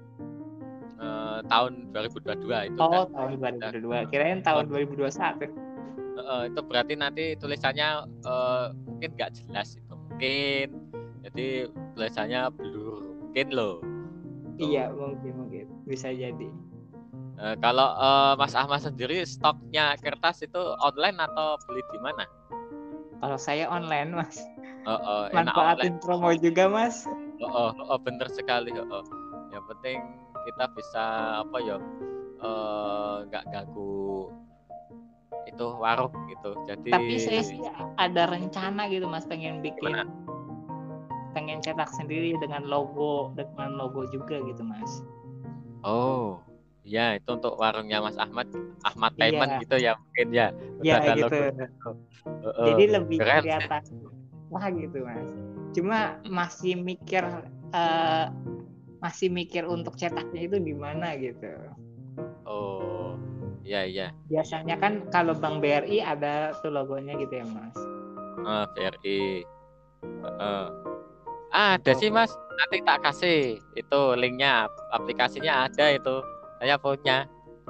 [SPEAKER 2] Uh, tahun dua ribu dua puluh dua itu.
[SPEAKER 1] Oh, kan? Tahun dua ribu dua puluh dua. Kirain tahun dua ribu dua puluh satu.
[SPEAKER 2] Uh, itu berarti nanti tulisannya uh, mungkin nggak jelas itu, mungkin jadi tulisannya blur mungkin loh.
[SPEAKER 1] Iya mungkin mungkin bisa jadi.
[SPEAKER 2] Uh, kalau uh, Mas Ahmad sendiri stoknya kertas itu online atau beli di mana?
[SPEAKER 1] Kalau saya online mas.
[SPEAKER 2] Uh, uh,
[SPEAKER 1] Manfaatin promo juga mas.
[SPEAKER 2] Oh, oh, oh bener sekali. Oh, oh. Yang penting kita bisa apa ya, nggak uh, ganggu itu warung gitu. Jadi
[SPEAKER 1] tapi saya sih ada rencana gitu mas, pengen bikin
[SPEAKER 2] gimana?
[SPEAKER 1] Pengen cetak sendiri dengan logo dengan logo juga gitu mas.
[SPEAKER 2] Oh ya, itu untuk warungnya Mas Ahmad Ahmad
[SPEAKER 1] Iya.
[SPEAKER 2] Payment gitu ya mungkin ya.
[SPEAKER 1] Iya gitu.
[SPEAKER 2] Oh, oh.
[SPEAKER 1] Jadi lebih
[SPEAKER 2] Keren
[SPEAKER 1] kelihatan wah gitu mas. Cuma masih mikir uh, masih mikir untuk cetaknya itu di mana gitu.
[SPEAKER 2] Oh iya iya.
[SPEAKER 1] Biasanya kan kalau Bank B R I ada tuh logonya gitu ya mas.
[SPEAKER 2] Uh, B R I. Uh, ah, ada oh. sih mas. Nanti tak kasih itu linknya, aplikasinya ada itu. Saya punya.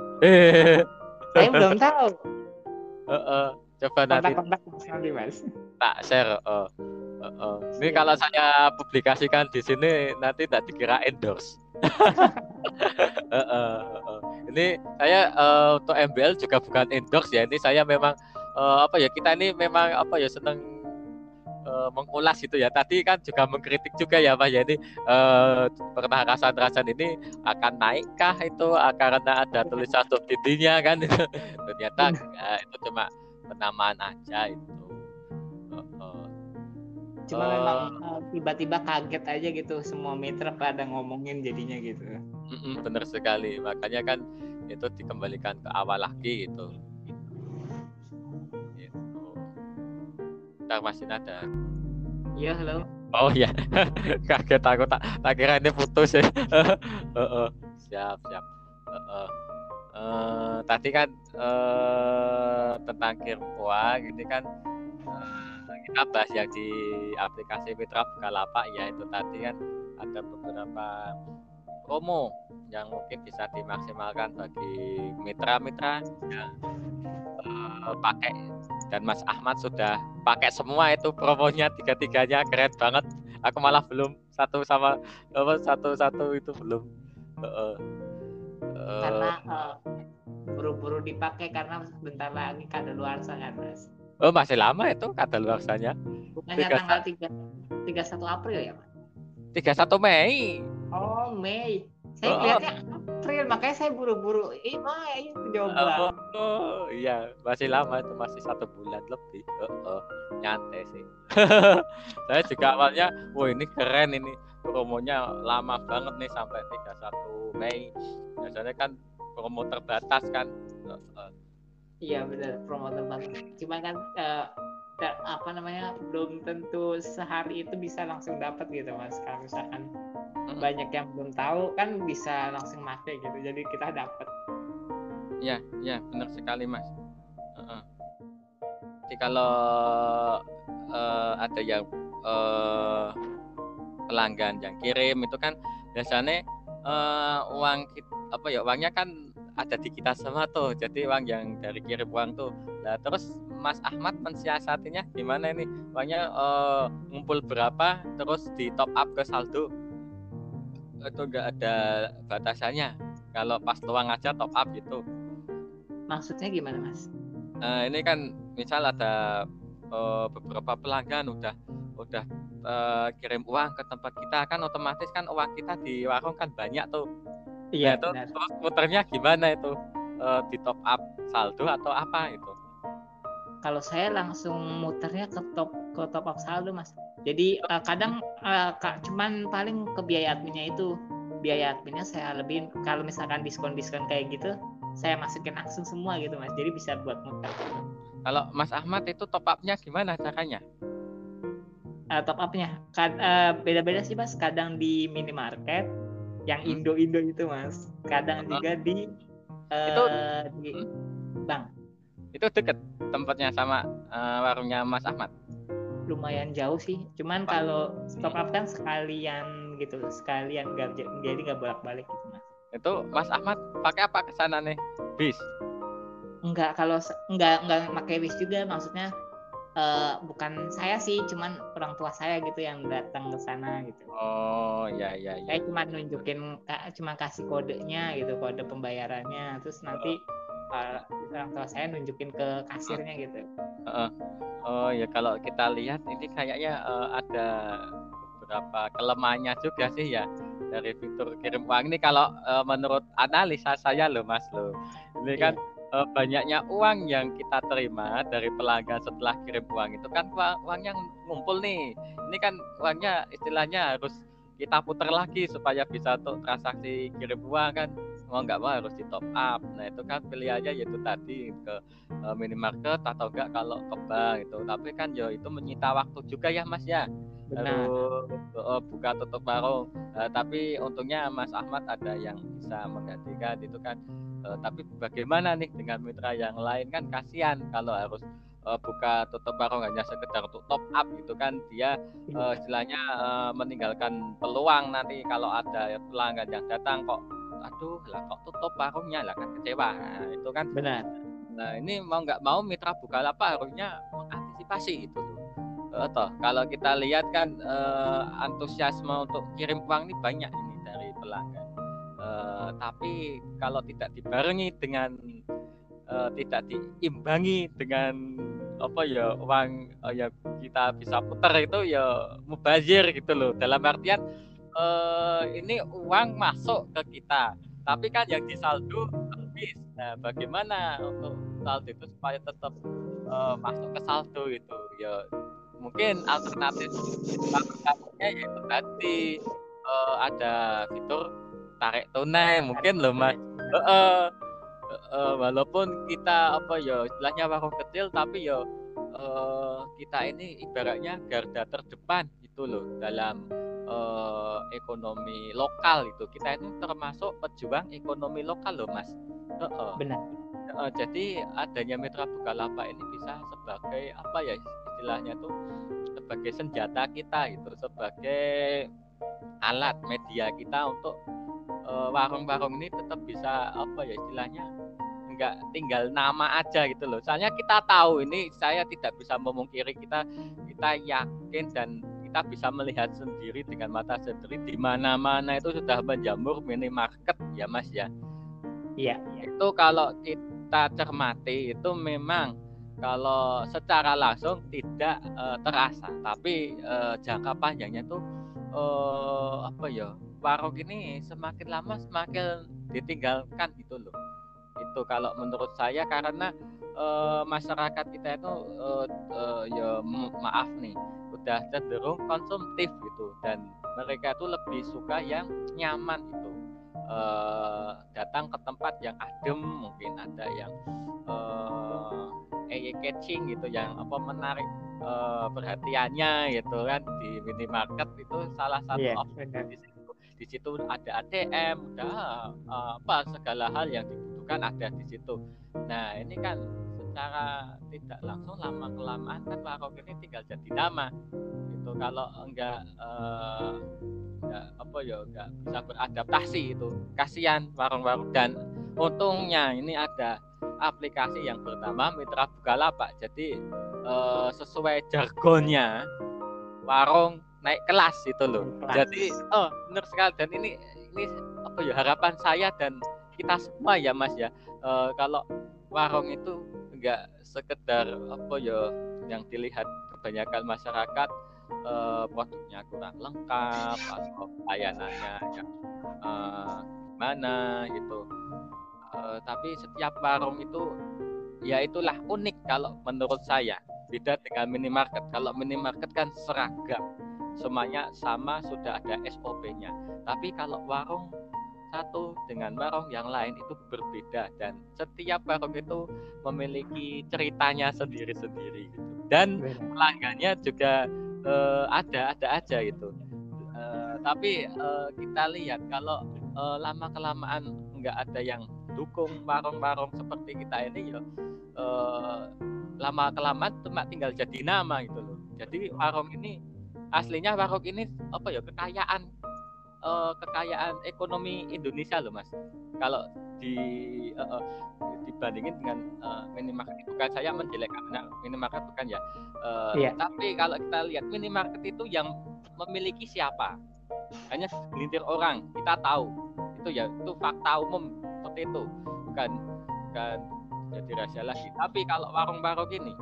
[SPEAKER 1] Saya belum tahu.
[SPEAKER 2] Uh, uh. Coba nanti.
[SPEAKER 1] Kontak-kontak nanti mas.
[SPEAKER 2] Tak share. Uh, uh, uh. Ini kalau saya publikasikan di sini nanti tak dikira endorse. uh, uh, uh. Ini saya uh, untuk M B L juga bukan endorse ya. Ini saya memang uh, apa ya kita ini memang apa ya seneng uh, mengulas gitu ya. Tadi kan juga mengkritik juga ya Mas. Jadi uh, pernah rasan-rasan ini akan naikkah itu uh, karena ada tulisan subsidinya kan? Ternyata enggak, itu cuma penamaan aja itu. Uh, uh.
[SPEAKER 1] Cuma uh, memang uh, tiba-tiba kaget aja gitu semua mitra pada ngomongin jadinya gitu.
[SPEAKER 2] Mm-mm, bener sekali, makanya kan itu dikembalikan ke awal lagi gitu. Gitu. Ntar masih ada.
[SPEAKER 1] Iya, halo.
[SPEAKER 2] Oh ya, kaget aku tak tak kira ini putus ya. uh, uh. Siap siap. Uh, uh. Uh, tadi kan uh, tentang kirim uang, ini kan uh, kita bahas yang di aplikasi Mitra Bukalapak ya, itu tadi kan ada beberapa promo yang mungkin bisa dimaksimalkan bagi mitra-mitra yang uh, pakai, dan Mas Ahmad sudah pakai semua itu promonya tiga-tiganya, keren banget. Aku malah belum satu sama apa satu-satu itu belum. Uh, uh,
[SPEAKER 1] karena uh, buru-buru dipakai karena bentar lagi kadaluarsa kan Mas.
[SPEAKER 2] Oh masih lama itu kadaluarsanya?
[SPEAKER 1] Bukannya tanggal tiga puluh satu April ya Mas?
[SPEAKER 2] tiga puluh satu Mei.
[SPEAKER 1] Oh Mei. Saya
[SPEAKER 2] oh.
[SPEAKER 1] lihatnya April, makanya saya buru-buru. Ih Mei itu coba.
[SPEAKER 2] Oh, oh iya masih lama itu, masih satu bulan lebih. Oh, oh. Nyantai sih. Saya juga awalnya, wah ini keren ini promonya lama banget nih sampai tiga puluh satu Mei. Biasanya kan promo terbatas kan. Oh, oh.
[SPEAKER 1] Iya benar, promo terbatas. Cuma kan uh, apa namanya belum tentu sehari itu bisa langsung dapat gitu Mas. Kalau misalkan hmm. banyak yang belum tahu kan bisa langsung pakai gitu, jadi kita dapat.
[SPEAKER 2] Ya ya benar sekali Mas. Uh-uh. Jadi kalau uh, ada yang uh, pelanggan yang kirim itu kan biasanya uh, uang kita, apa ya uangnya kan ada di kita semua tuh, jadi uang yang dari kirim uang tuh. Nah terus Mas Ahmad mensiasatinya gimana ini? Uangnya uh, ngumpul berapa terus di top up ke saldo? Itu enggak ada batasannya. Kalau pas luang aja top up gitu.
[SPEAKER 1] Maksudnya gimana Mas?
[SPEAKER 2] Uh, ini kan misal ada uh, beberapa pelanggan udah udah uh, kirim uang ke tempat kita, kan otomatis kan uang kita di warung kan banyak tuh.
[SPEAKER 1] Iya,
[SPEAKER 2] nah, itu terus muternya gimana itu? Uh, di top up saldo atau apa itu?
[SPEAKER 1] Kalau saya langsung muternya ke top ke top up saldo Mas. Jadi uh, kadang uh, kak, cuman paling ke biaya adminnya itu. Biaya adminnya saya lebihin. Kalau misalkan diskon-diskon kayak gitu, saya masukin langsung semua gitu Mas. Jadi bisa buat muter.
[SPEAKER 2] Kalau Mas Ahmad itu top up-nya gimana caranya?
[SPEAKER 1] Uh, top up-nya kad, uh, beda-beda sih Mas. Kadang di minimarket yang hmm. Indo-Indo itu Mas. Kadang uh-huh. juga di uh,
[SPEAKER 2] itu
[SPEAKER 1] di hmm? bank.
[SPEAKER 2] Itu deket tempatnya sama uh, warungnya Mas Ahmad?
[SPEAKER 1] Lumayan jauh sih. Cuman Pak. Kalau top up kan sekalian gitu, sekalian nggak jadi nggak bolak-balik gitu Mas.
[SPEAKER 2] Itu Mas Ahmad pakai apa ke sana nih? Bis?
[SPEAKER 1] Enggak, kalau enggak enggak pakai bis juga, maksudnya uh, bukan saya sih, cuman orang tua saya gitu yang datang ke sana gitu.
[SPEAKER 2] Oh ya ya ya.
[SPEAKER 1] Saya cuma nunjukin, cuma kasih kodenya gitu, kode pembayarannya, terus nanti uh, orang tua saya nunjukin ke kasirnya gitu.
[SPEAKER 2] Uh, oh ya, kalau kita lihat ini kayaknya uh, ada beberapa kelemahannya juga sih ya dari fitur kirim uang ini. Kalau uh, menurut analisa saya loh Mas loh, ini kan uh, banyaknya uang yang kita terima dari pelanggan setelah kirim uang itu kan uang yang ngumpul nih. Ini kan uangnya istilahnya harus kita putar lagi supaya bisa untuk transaksi kirim uang kan. Mau nggak mau harus di top up. Nah itu kan pilihannya yaitu tadi ke uh, minimarket atau enggak kalau ke bank itu. Tapi kan ya itu menyita waktu juga ya Mas ya. Harus uh, buka tutup warung. Uh, tapi untungnya Mas Ahmad ada yang bisa menggantikan itu kan. Uh, tapi bagaimana nih dengan mitra yang lain, kan kasihan kalau harus uh, buka tutup warung hanya sekedar untuk top up gitu kan. Dia uh, istilahnya uh, meninggalkan peluang nanti kalau ada pelanggan yang datang kok aduh lah kok tutup warungnya, lah kan kecewa. Nah, itu kan
[SPEAKER 1] benar.
[SPEAKER 2] Nah ini mau nggak mau mitra Bukalapak harusnya mengantisipasi itu tuh. Uh, toh kalau kita lihat kan uh, antusiasme untuk kirim uang ini banyak ini dari pelanggan. Uh, Uh, tapi kalau tidak dibarengi dengan uh, tidak diimbangi dengan apa ya uang uh, yang kita bisa putar itu ya mubazir gitu loh. Dalam artian uh, ini uang masuk ke kita, tapi kan yang disaldo habis. Nah, bagaimana untuk saldo itu supaya tetap uh, masuk ke saldo itu? Ya mungkin alternatif alternatifnya yaitu tadi uh, ada fitur tarik tunai mungkin loh mas. Uh, uh, uh, walaupun kita apa ya istilahnya warung kecil tapi ya uh, kita ini ibaratnya garda terdepan gitu loh dalam uh, ekonomi lokal itu. Kita itu termasuk pejuang ekonomi lokal loh mas. Uh, uh.
[SPEAKER 1] Benar.
[SPEAKER 2] Uh, jadi adanya Mitra Bukalapak ini bisa sebagai apa ya istilahnya tuh sebagai senjata kita itu, sebagai alat media kita untuk uh, warung-warung ini tetap bisa apa ya istilahnya enggak tinggal nama aja gitu loh. Soalnya kita tahu ini, saya tidak bisa memungkiri, kita kita yakin dan kita bisa melihat sendiri dengan mata sendiri di mana-mana itu sudah menjamur minimarket ya mas ya.
[SPEAKER 1] Iya.
[SPEAKER 2] Itu kalau kita cermati itu memang kalau secara langsung tidak uh, terasa, tapi uh, jangka panjangnya tuh uh, apa ya warung ini semakin lama semakin ditinggalkan gitu loh. Itu kalau menurut saya karena uh, masyarakat kita itu uh, uh, ya maaf nih udah cenderung konsumtif gitu dan mereka itu lebih suka yang nyaman itu. Uh, datang ke tempat yang adem, mungkin ada yang uh, eye catching gitu, yang apa menarik uh, perhatiannya gitu kan. Di minimarket itu salah satu
[SPEAKER 1] Iya,
[SPEAKER 2] opsi
[SPEAKER 1] benar.
[SPEAKER 2] di situ. Di situ ada A T M, udah uh, apa segala hal yang dibutuhkan ada di situ. Nah ini kan secara tidak langsung lama kelamaan kan warung ini tinggal jadi nama gitu. Kalau enggak uh, enggak apa ya enggak bisa beradaptasi itu kasihan warung-warung. Dan untungnya ini ada aplikasi yang bernama Mitra Bukalapak, jadi eh, sesuai jargonnya warung naik kelas itu loh.
[SPEAKER 1] Kelas.
[SPEAKER 2] Jadi oh benar sekali, dan ini ini apa ya harapan saya dan kita semua ya mas ya, eh, kalau warung itu enggak sekedar apa ya yang dilihat kebanyakan masyarakat Uh, produknya kurang lengkap atau layanannya yang uh, gimana gitu, uh, tapi setiap warung itu ya itulah unik kalau menurut saya, beda dengan minimarket. Kalau minimarket kan seragam, semuanya sama, sudah ada S O P-nya. Tapi kalau warung satu dengan warung yang lain itu berbeda, dan setiap warung itu memiliki ceritanya sendiri-sendiri gitu. Dan pelanggannya juga Uh, ada ada aja gitu, uh, tapi uh, kita lihat kalau uh, lama kelamaan nggak ada yang dukung warung-warung seperti kita ini ya, uh, lama kelamaan cuma tinggal jadi nama gitu loh. Jadi warung ini aslinya warung ini apa ya kekayaan uh, kekayaan ekonomi Indonesia loh mas. Kalau di uh, uh, dibandingin dengan uh, minimarket, bukan saya menjelekkan minimarket bukan ya, uh, yeah. Tapi kalau kita lihat minimarket itu yang memiliki siapa, hanya segelintir orang, kita tahu itu ya, itu fakta umum seperti itu, bukan bukan jadi rahasia lagi. Tapi kalau warung-warung ini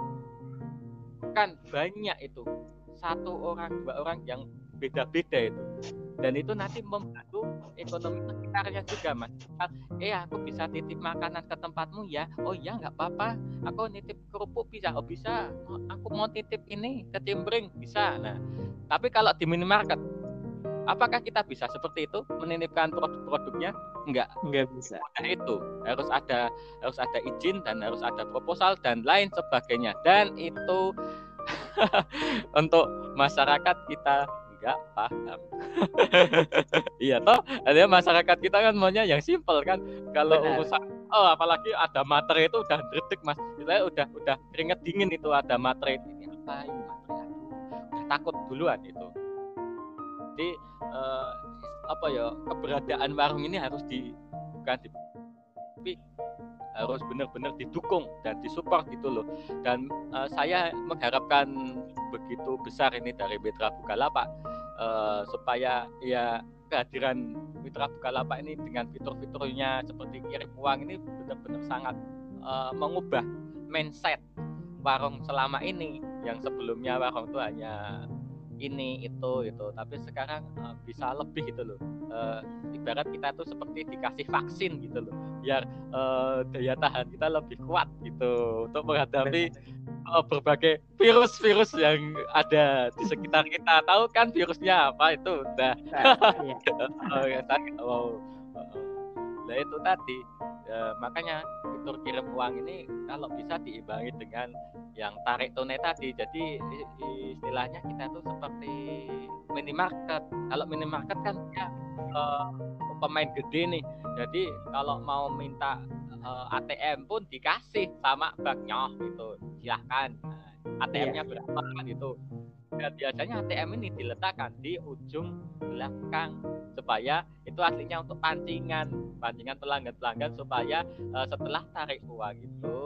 [SPEAKER 2] kan banyak itu, satu orang dua orang yang beda-beda itu, dan itu nanti membantu ekonomi sekitarnya juga mas. Eh aku bisa titip makanan ke tempatmu ya, oh iya nggak apa-apa, aku nitip kerupuk bisa, oh bisa, aku mau titip ini ke Cimbring bisa. Nah tapi kalau di minimarket apakah kita bisa seperti itu menitipkan produk-produknya? Enggak,
[SPEAKER 1] enggak bisa.
[SPEAKER 2] Nah, itu harus ada harus ada izin dan harus ada proposal dan lain sebagainya, dan itu untuk masyarakat kita nggak paham. Iya toh, ada masyarakat kita kan maunya yang simpel kan. Kalau urusan oh apalagi ada materi itu udah dredeg mas, saya udah udah keringet dingin itu ada materi ini apa ini materi, aduh udah takut duluan itu. Jadi eh, apa ya keberadaan warung ini harus di bukan di, tapi harus benar-benar didukung dan disupport gitu loh. Dan uh, saya mengharapkan begitu besar ini dari Mitra Bukalapak, uh, supaya ya kehadiran Mitra Bukalapak ini dengan fitur-fiturnya seperti kirim uang ini benar-benar sangat uh, mengubah mindset warung selama ini, yang sebelumnya warung itu hanya ini itu itu tapi sekarang uh, bisa lebih gitu loh. Uh, ibarat kita tuh seperti dikasih vaksin gitu loh, biar uh, daya tahan kita lebih kuat gitu untuk menghadapi uh, berbagai virus-virus yang ada di sekitar kita. Tahu kan virusnya apa itu? Nah, oh, ya, oh, nah itu tadi ya, makanya fitur kirim uang ini kalau bisa diimbangi dengan yang tarik tunai tadi. Jadi istilahnya kita tuh seperti minimarket. Kalau minimarket kan ya uh, pemain gede nih. Jadi kalau mau minta uh, A T M pun dikasih sama banknya gitu. Silahkan. Nah, A T M-nya iya, berapa kan gitu. Dan biasanya A T M ini diletakkan di ujung belakang supaya itu aslinya untuk pancingan, pancingan pelanggan-pelanggan supaya uh, setelah tarik uang itu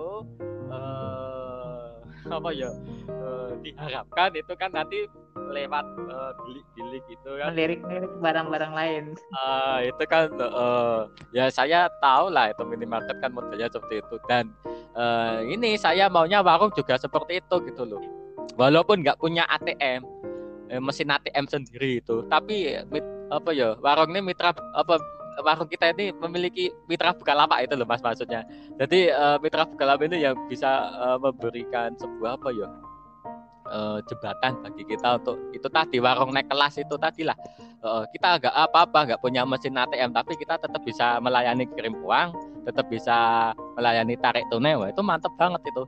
[SPEAKER 2] uh, apa ya uh, diharapkan itu kan nanti lewat uh, bilik-bilik gitu kan,
[SPEAKER 1] melirik-lirik barang-barang lain.
[SPEAKER 2] Uh, itu kan uh, ya saya tahu lah itu minimarket kan modelnya seperti itu, dan uh, ini saya maunya warung juga seperti itu gitu loh. Walaupun nggak punya A T M, eh, mesin A T M sendiri itu, tapi mit, apa ya warung ini mitra apa warung kita ini memiliki Mitra Bukalapak itu loh Mas maksudnya. Jadi uh, Mitra Bukalapak ini yang bisa uh, memberikan sebuah apa ya uh, jembatan bagi kita untuk itu tadi warung naik kelas itu tadi lah. Uh, kita nggak apa-apa nggak punya mesin A T M, tapi kita tetap bisa melayani kirim uang, tetap bisa melayani tarik tunai. Wah, itu mantep banget itu.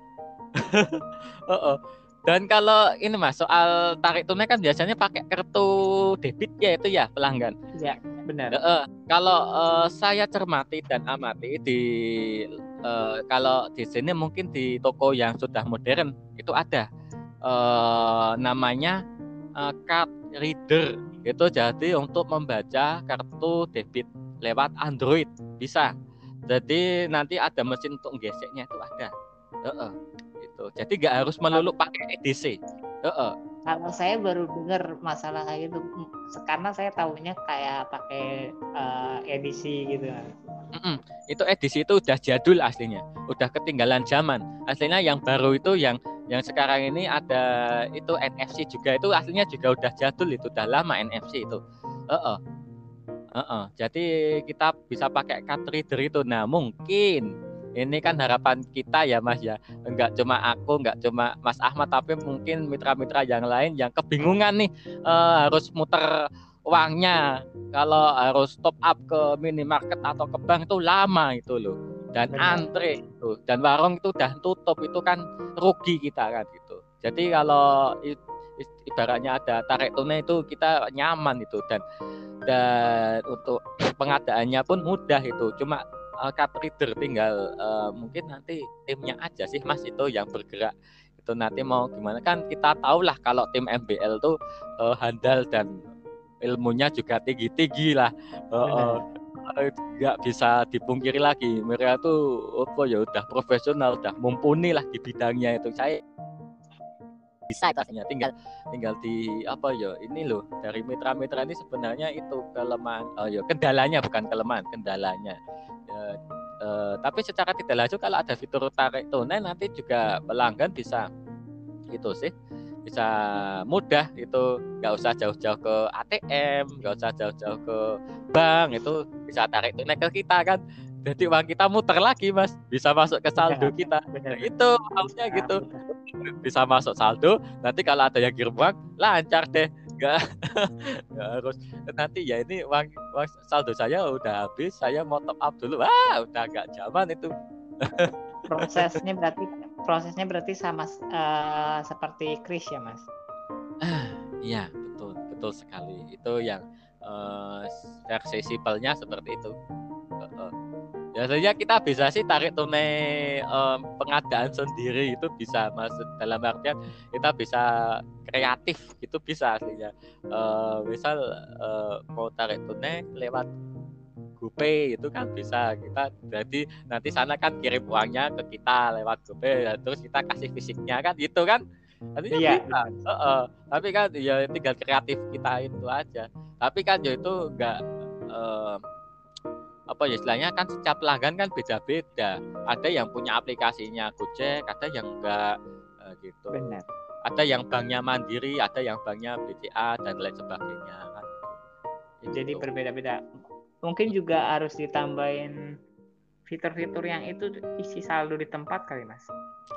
[SPEAKER 2] uh-uh. Dan kalau ini Mas soal tarik tunai kan biasanya pakai kartu debit ya itu ya pelanggan.
[SPEAKER 1] Ya benar.
[SPEAKER 2] Uh, kalau uh, saya cermati dan amati di uh, kalau di sini mungkin di toko yang sudah modern itu ada uh, namanya uh, card reader itu, jadi untuk membaca kartu debit lewat Android bisa. Jadi nanti ada mesin untuk geseknya itu ada. Uh-uh. Jadi nggak harus melulu pakai E D C. Uh-uh.
[SPEAKER 1] Kalau saya baru dengar masalah kayak gitu, karena saya tahunya kayak pakai uh, edisi gitu.
[SPEAKER 2] Mm-mm. Itu edisi itu udah jadul aslinya, udah ketinggalan zaman. Aslinya yang baru itu yang yang sekarang ini ada itu N F C juga, itu aslinya juga udah jadul, itu udah lama N F C itu. Uh-uh. Uh-uh. Jadi kita bisa pakai card reader itu. Nah mungkin ini kan harapan kita ya Mas ya, enggak cuma aku, enggak cuma Mas Ahmad, tapi mungkin mitra-mitra yang lain yang kebingungan nih uh, harus muter uangnya, kalau harus top up ke minimarket atau ke bank itu lama itu loh, dan benar, antre itu, dan warung itu udah tutup, itu kan rugi kita kan gitu. Jadi kalau ibaratnya ada tarik tunai itu kita nyaman itu, dan dan untuk pengadaannya pun mudah itu, cuma Uh, card reader tinggal uh, mungkin nanti timnya aja sih Mas itu yang bergerak itu nanti mau gimana, kan kita tahu lah kalau tim M B L tuh uh, handal dan ilmunya juga tinggi-tinggi lah, uh, uh, nggak bisa dipungkiri lagi mereka tuh apa ya udah profesional, udah mumpuni lah di bidangnya itu. Saya bisa itu tinggal tinggal di apa ya ini loh, dari mitra-mitra ini sebenarnya itu kelemahan, oh ya kendalanya, bukan kelemahan, kendalanya. Ya, eh, tapi secara tidak langsung kalau ada fitur tarik tunai nanti juga pelanggan bisa itu sih bisa mudah itu, nggak usah jauh-jauh ke A T M, nggak usah jauh-jauh ke bank, itu bisa tarik tunai ke kita kan, jadi uang kita muter lagi Mas, bisa masuk ke saldo kita. Nah, itu maksudnya gitu, bisa masuk saldo, nanti kalau ada yang kirim uang lancar deh, nggak nggak harus nanti ya ini uang, uang saldo saya udah habis, saya mau top up dulu, wah udah nggak zaman itu.
[SPEAKER 1] prosesnya berarti prosesnya berarti sama uh, seperti Kris ya Mas?
[SPEAKER 2] Iya betul betul sekali, itu yang uh, versi simpelnya seperti itu. Uh-uh. Biasanya kita bisa sih tarik tunai um, pengadaan sendiri itu bisa, maksud dalam artian kita bisa kreatif itu bisa aslinya. Uh, misal uh, mau tarik tunai lewat GoPay itu kan bisa, kita jadi nanti sana kan kirim uangnya ke kita lewat GoPay, terus kita kasih fisiknya kan gitu kan. Nantinya iya, bisa. Uh-uh. Tapi kan ya tinggal kreatif kita itu aja. Tapi kan ya itu enggak eh, apa ya istilahnya kan setiap pelanggan kan beda-beda. Ada yang punya aplikasinya Gojek, ada yang enggak eh, gitu.
[SPEAKER 1] Benar.
[SPEAKER 2] Ada yang banknya Mandiri, ada yang banknya B C A dan lain sebagainya kan.
[SPEAKER 1] Jadi
[SPEAKER 2] Gitu.
[SPEAKER 1] berbeda-beda. Mungkin juga harus ditambahin fitur-fitur yang itu isi saldo di tempat kali Mas.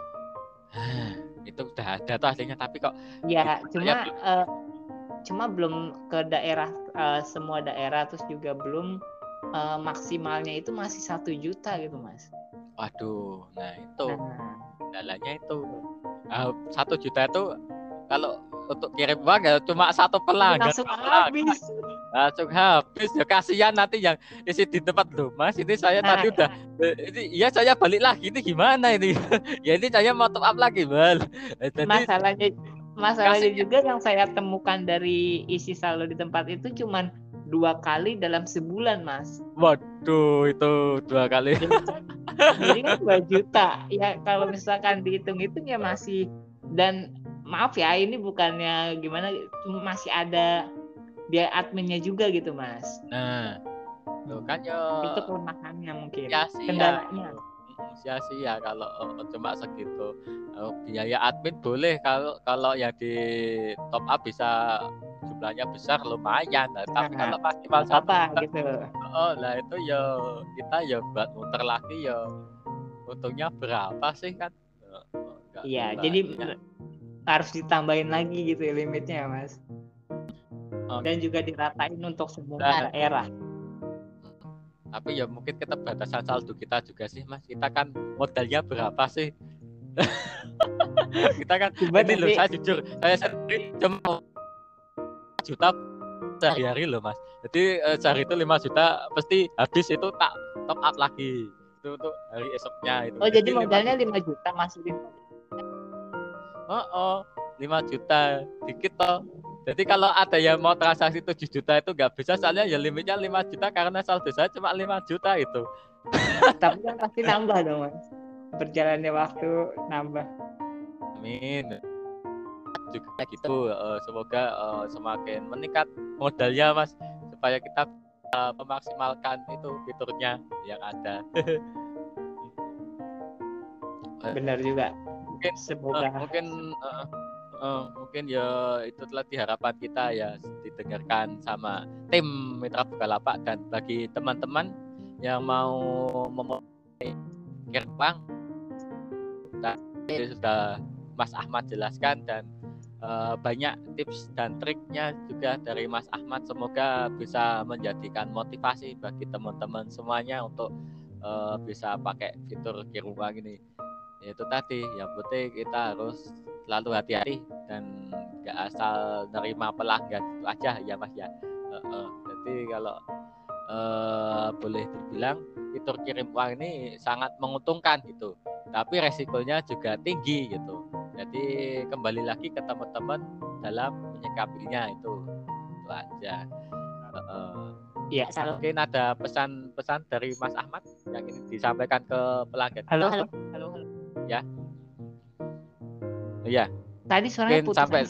[SPEAKER 2] Itu udah ada tuh aslinya tapi kok
[SPEAKER 1] Ya,
[SPEAKER 2] gitu,
[SPEAKER 1] cuma
[SPEAKER 2] saya
[SPEAKER 1] eh, cuma belum ke daerah eh, semua daerah, terus juga belum eh, maksimalnya itu masih satu juta gitu Mas.
[SPEAKER 2] waduh, nah itu
[SPEAKER 1] Nah,
[SPEAKER 2] kendalanya itu Ah, satu juta itu kalau untuk kirim uang ya cuma satu pelanggan,
[SPEAKER 1] langsung
[SPEAKER 2] dua pelanggan,
[SPEAKER 1] habis.
[SPEAKER 2] langsung habis ya kasihan nanti yang isi di tempat loh Mas ini saya
[SPEAKER 1] Nah,
[SPEAKER 2] tadi udah eh, ini ya saya balik lagi ini gimana ini ya ini saya mau top up lagi Bal. Eh, jadi
[SPEAKER 1] masalahnya masalahnya
[SPEAKER 2] kasihan.
[SPEAKER 1] juga yang saya temukan dari isi saldo di tempat itu cuman dua kali dalam sebulan Mas.
[SPEAKER 2] Waduh itu dua kali
[SPEAKER 1] Jadi, jadi kan dua juta ya, kalau misalkan dihitung-hitung ya masih, dan maaf ya ini bukannya gimana, cuma masih ada dia adminnya juga gitu Mas.
[SPEAKER 2] nah tuh kan ya
[SPEAKER 1] Itu kelemahannya mungkin,
[SPEAKER 2] sia-sia
[SPEAKER 1] kendalanya.
[SPEAKER 2] Mm, sia-sia kalau oh, cuma segitu. Oh, biaya admin boleh kalau kalau yang di top up bisa jumlahnya besar lumayan nah, tapi
[SPEAKER 1] Nah,
[SPEAKER 2] kalau maksimal
[SPEAKER 1] nggak
[SPEAKER 2] satu
[SPEAKER 1] apa-apa
[SPEAKER 2] juta
[SPEAKER 1] gitu.
[SPEAKER 2] oh lah itu ya kita ya buat muter lagi ya untungnya berapa sih kan. Oh, oh, nggak
[SPEAKER 1] Iya, jadi
[SPEAKER 2] banyak.
[SPEAKER 1] harus ditambahin lagi gitu ya limitnya Mas.
[SPEAKER 2] Oh,
[SPEAKER 1] Dan juga diratain untuk semua
[SPEAKER 2] nah,
[SPEAKER 1] daerah.
[SPEAKER 2] tapi ya mungkin kita batasan saldo kita juga sih Mas kita kan modalnya berapa sih kita kan
[SPEAKER 1] Coba
[SPEAKER 2] ini loh
[SPEAKER 1] nanti
[SPEAKER 2] saya jujur saya sendiri cuma juta sehari-hari loh Mas. Jadi eh, sehari itu lima juta pasti habis itu tak top up lagi. Itu untuk hari esoknya itu.
[SPEAKER 1] oh jadi
[SPEAKER 2] lima
[SPEAKER 1] modalnya
[SPEAKER 2] juta.
[SPEAKER 1] lima juta masukin.
[SPEAKER 2] Oh, oh, lima juta dikit toh. Jadi kalau ada yang mau transaksi tujuh juta itu nggak bisa soalnya ya limitnya lima juta karena saldo saya cuma lima juta itu.
[SPEAKER 1] Tapi kan pasti nambah dong Mas. Berjalannya waktu nambah.
[SPEAKER 2] Amin. Juga gitu eh, semoga eh, semakin meningkat modalnya Mas supaya kita bisa memaksimalkan itu fiturnya yang ada.
[SPEAKER 1] Benar juga.
[SPEAKER 2] Mungkin
[SPEAKER 1] Semoga
[SPEAKER 2] eh, mungkin eh, eh, mungkin ya itu telah harapan kita ya didengarkan sama tim Mitra Bukalapak dan bagi teman-teman yang mau memulai uang tadi sudah Mas Ahmad jelaskan dan uh, banyak tips dan triknya juga dari Mas Ahmad semoga bisa menjadikan motivasi bagi teman-teman semuanya untuk uh, bisa pakai fitur kirim uang ini. Itu tadi yang penting kita harus selalu hati-hati dan nggak asal nerima pelanggan itu aja ya Mas ya. Uh, uh. Jadi kalau uh, boleh dibilang fitur kirim uang ini sangat menguntungkan gitu, tapi resikonya juga tinggi gitu. Jadi kembali lagi ke teman-teman dalam menyikapinya itu, itu aja. Uh,
[SPEAKER 1] ya.
[SPEAKER 2] Mungkin ada pesan-pesan dari Mas Ahmad yang ingin disampaikan ke pelanggan.
[SPEAKER 1] Halo, halo, halo, halo.
[SPEAKER 2] Ya, iya.
[SPEAKER 1] Tadi suaranya
[SPEAKER 2] Mungkin
[SPEAKER 1] putus.
[SPEAKER 2] sampai.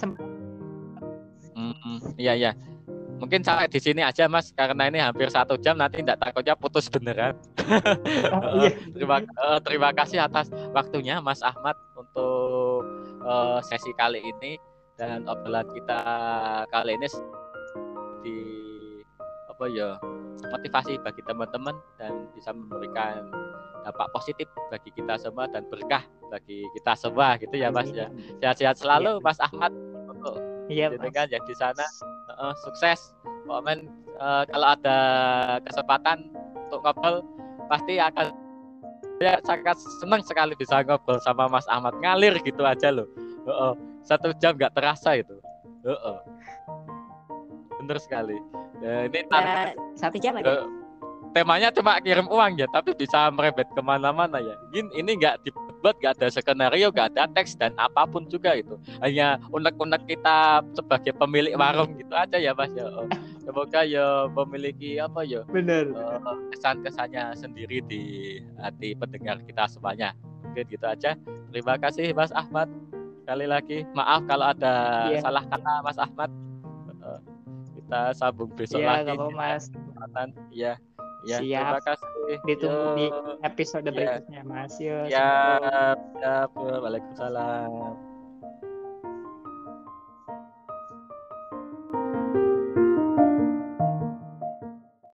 [SPEAKER 2] Hmm, iya iya. Mungkin sampai di sini aja Mas karena ini hampir satu jam nanti tidak takutnya putus beneran.
[SPEAKER 1] Oh, iya.
[SPEAKER 2] terima uh, terima kasih atas waktunya Mas Ahmad untuk uh, sesi kali ini dan obrolan kita kali ini di apa ya motivasi bagi teman-teman dan bisa memberikan dampak positif bagi kita semua dan berkah bagi kita semua gitu ya Mas ya. Sehat-sehat selalu ya. Mas Ahmad untuk
[SPEAKER 1] iya,
[SPEAKER 2] kan ya di sana uh, sukses. Komen uh, kalau ada kesempatan untuk ngobrol pasti akan ya sangat senang sekali bisa ngobrol sama Mas Ahmad ngalir gitu aja loh. Uh, uh, satu jam nggak terasa itu. Uh, uh. Bener sekali. Uh, ini
[SPEAKER 3] uh, satu jam aja. Uh,
[SPEAKER 2] temanya cuma kirim uang ya, tapi bisa merebet kemana-mana ya. Ini ini nggak dibuat, nggak ada skenario, nggak ada teks dan apapun juga itu. Hanya unek-unek kita sebagai pemilik warung gitu aja ya Mas ya. Oh, semoga ya memiliki apa ya?
[SPEAKER 1] Benar.
[SPEAKER 2] Uh, kesan-kesannya sendiri di hati pendengar kita semuanya. Mungkin gitu aja. Terima kasih Mas Ahmad. Sekali lagi maaf kalau ada yeah. salah kata Mas Ahmad. Uh, kita sambung besok
[SPEAKER 1] Iya,
[SPEAKER 2] lagi
[SPEAKER 1] kalau
[SPEAKER 2] nih
[SPEAKER 1] Mas.
[SPEAKER 2] kesempatan. Iya. Ya,
[SPEAKER 1] Siap.
[SPEAKER 2] terima kasih.
[SPEAKER 1] Ditunggu di
[SPEAKER 2] Yuk.
[SPEAKER 1] episode
[SPEAKER 2] Ya.
[SPEAKER 1] berikutnya, Mas. Yuk,
[SPEAKER 2] Siap,
[SPEAKER 1] Assalamualaikum.
[SPEAKER 2] siap. Yuk, Waalaikumsalam.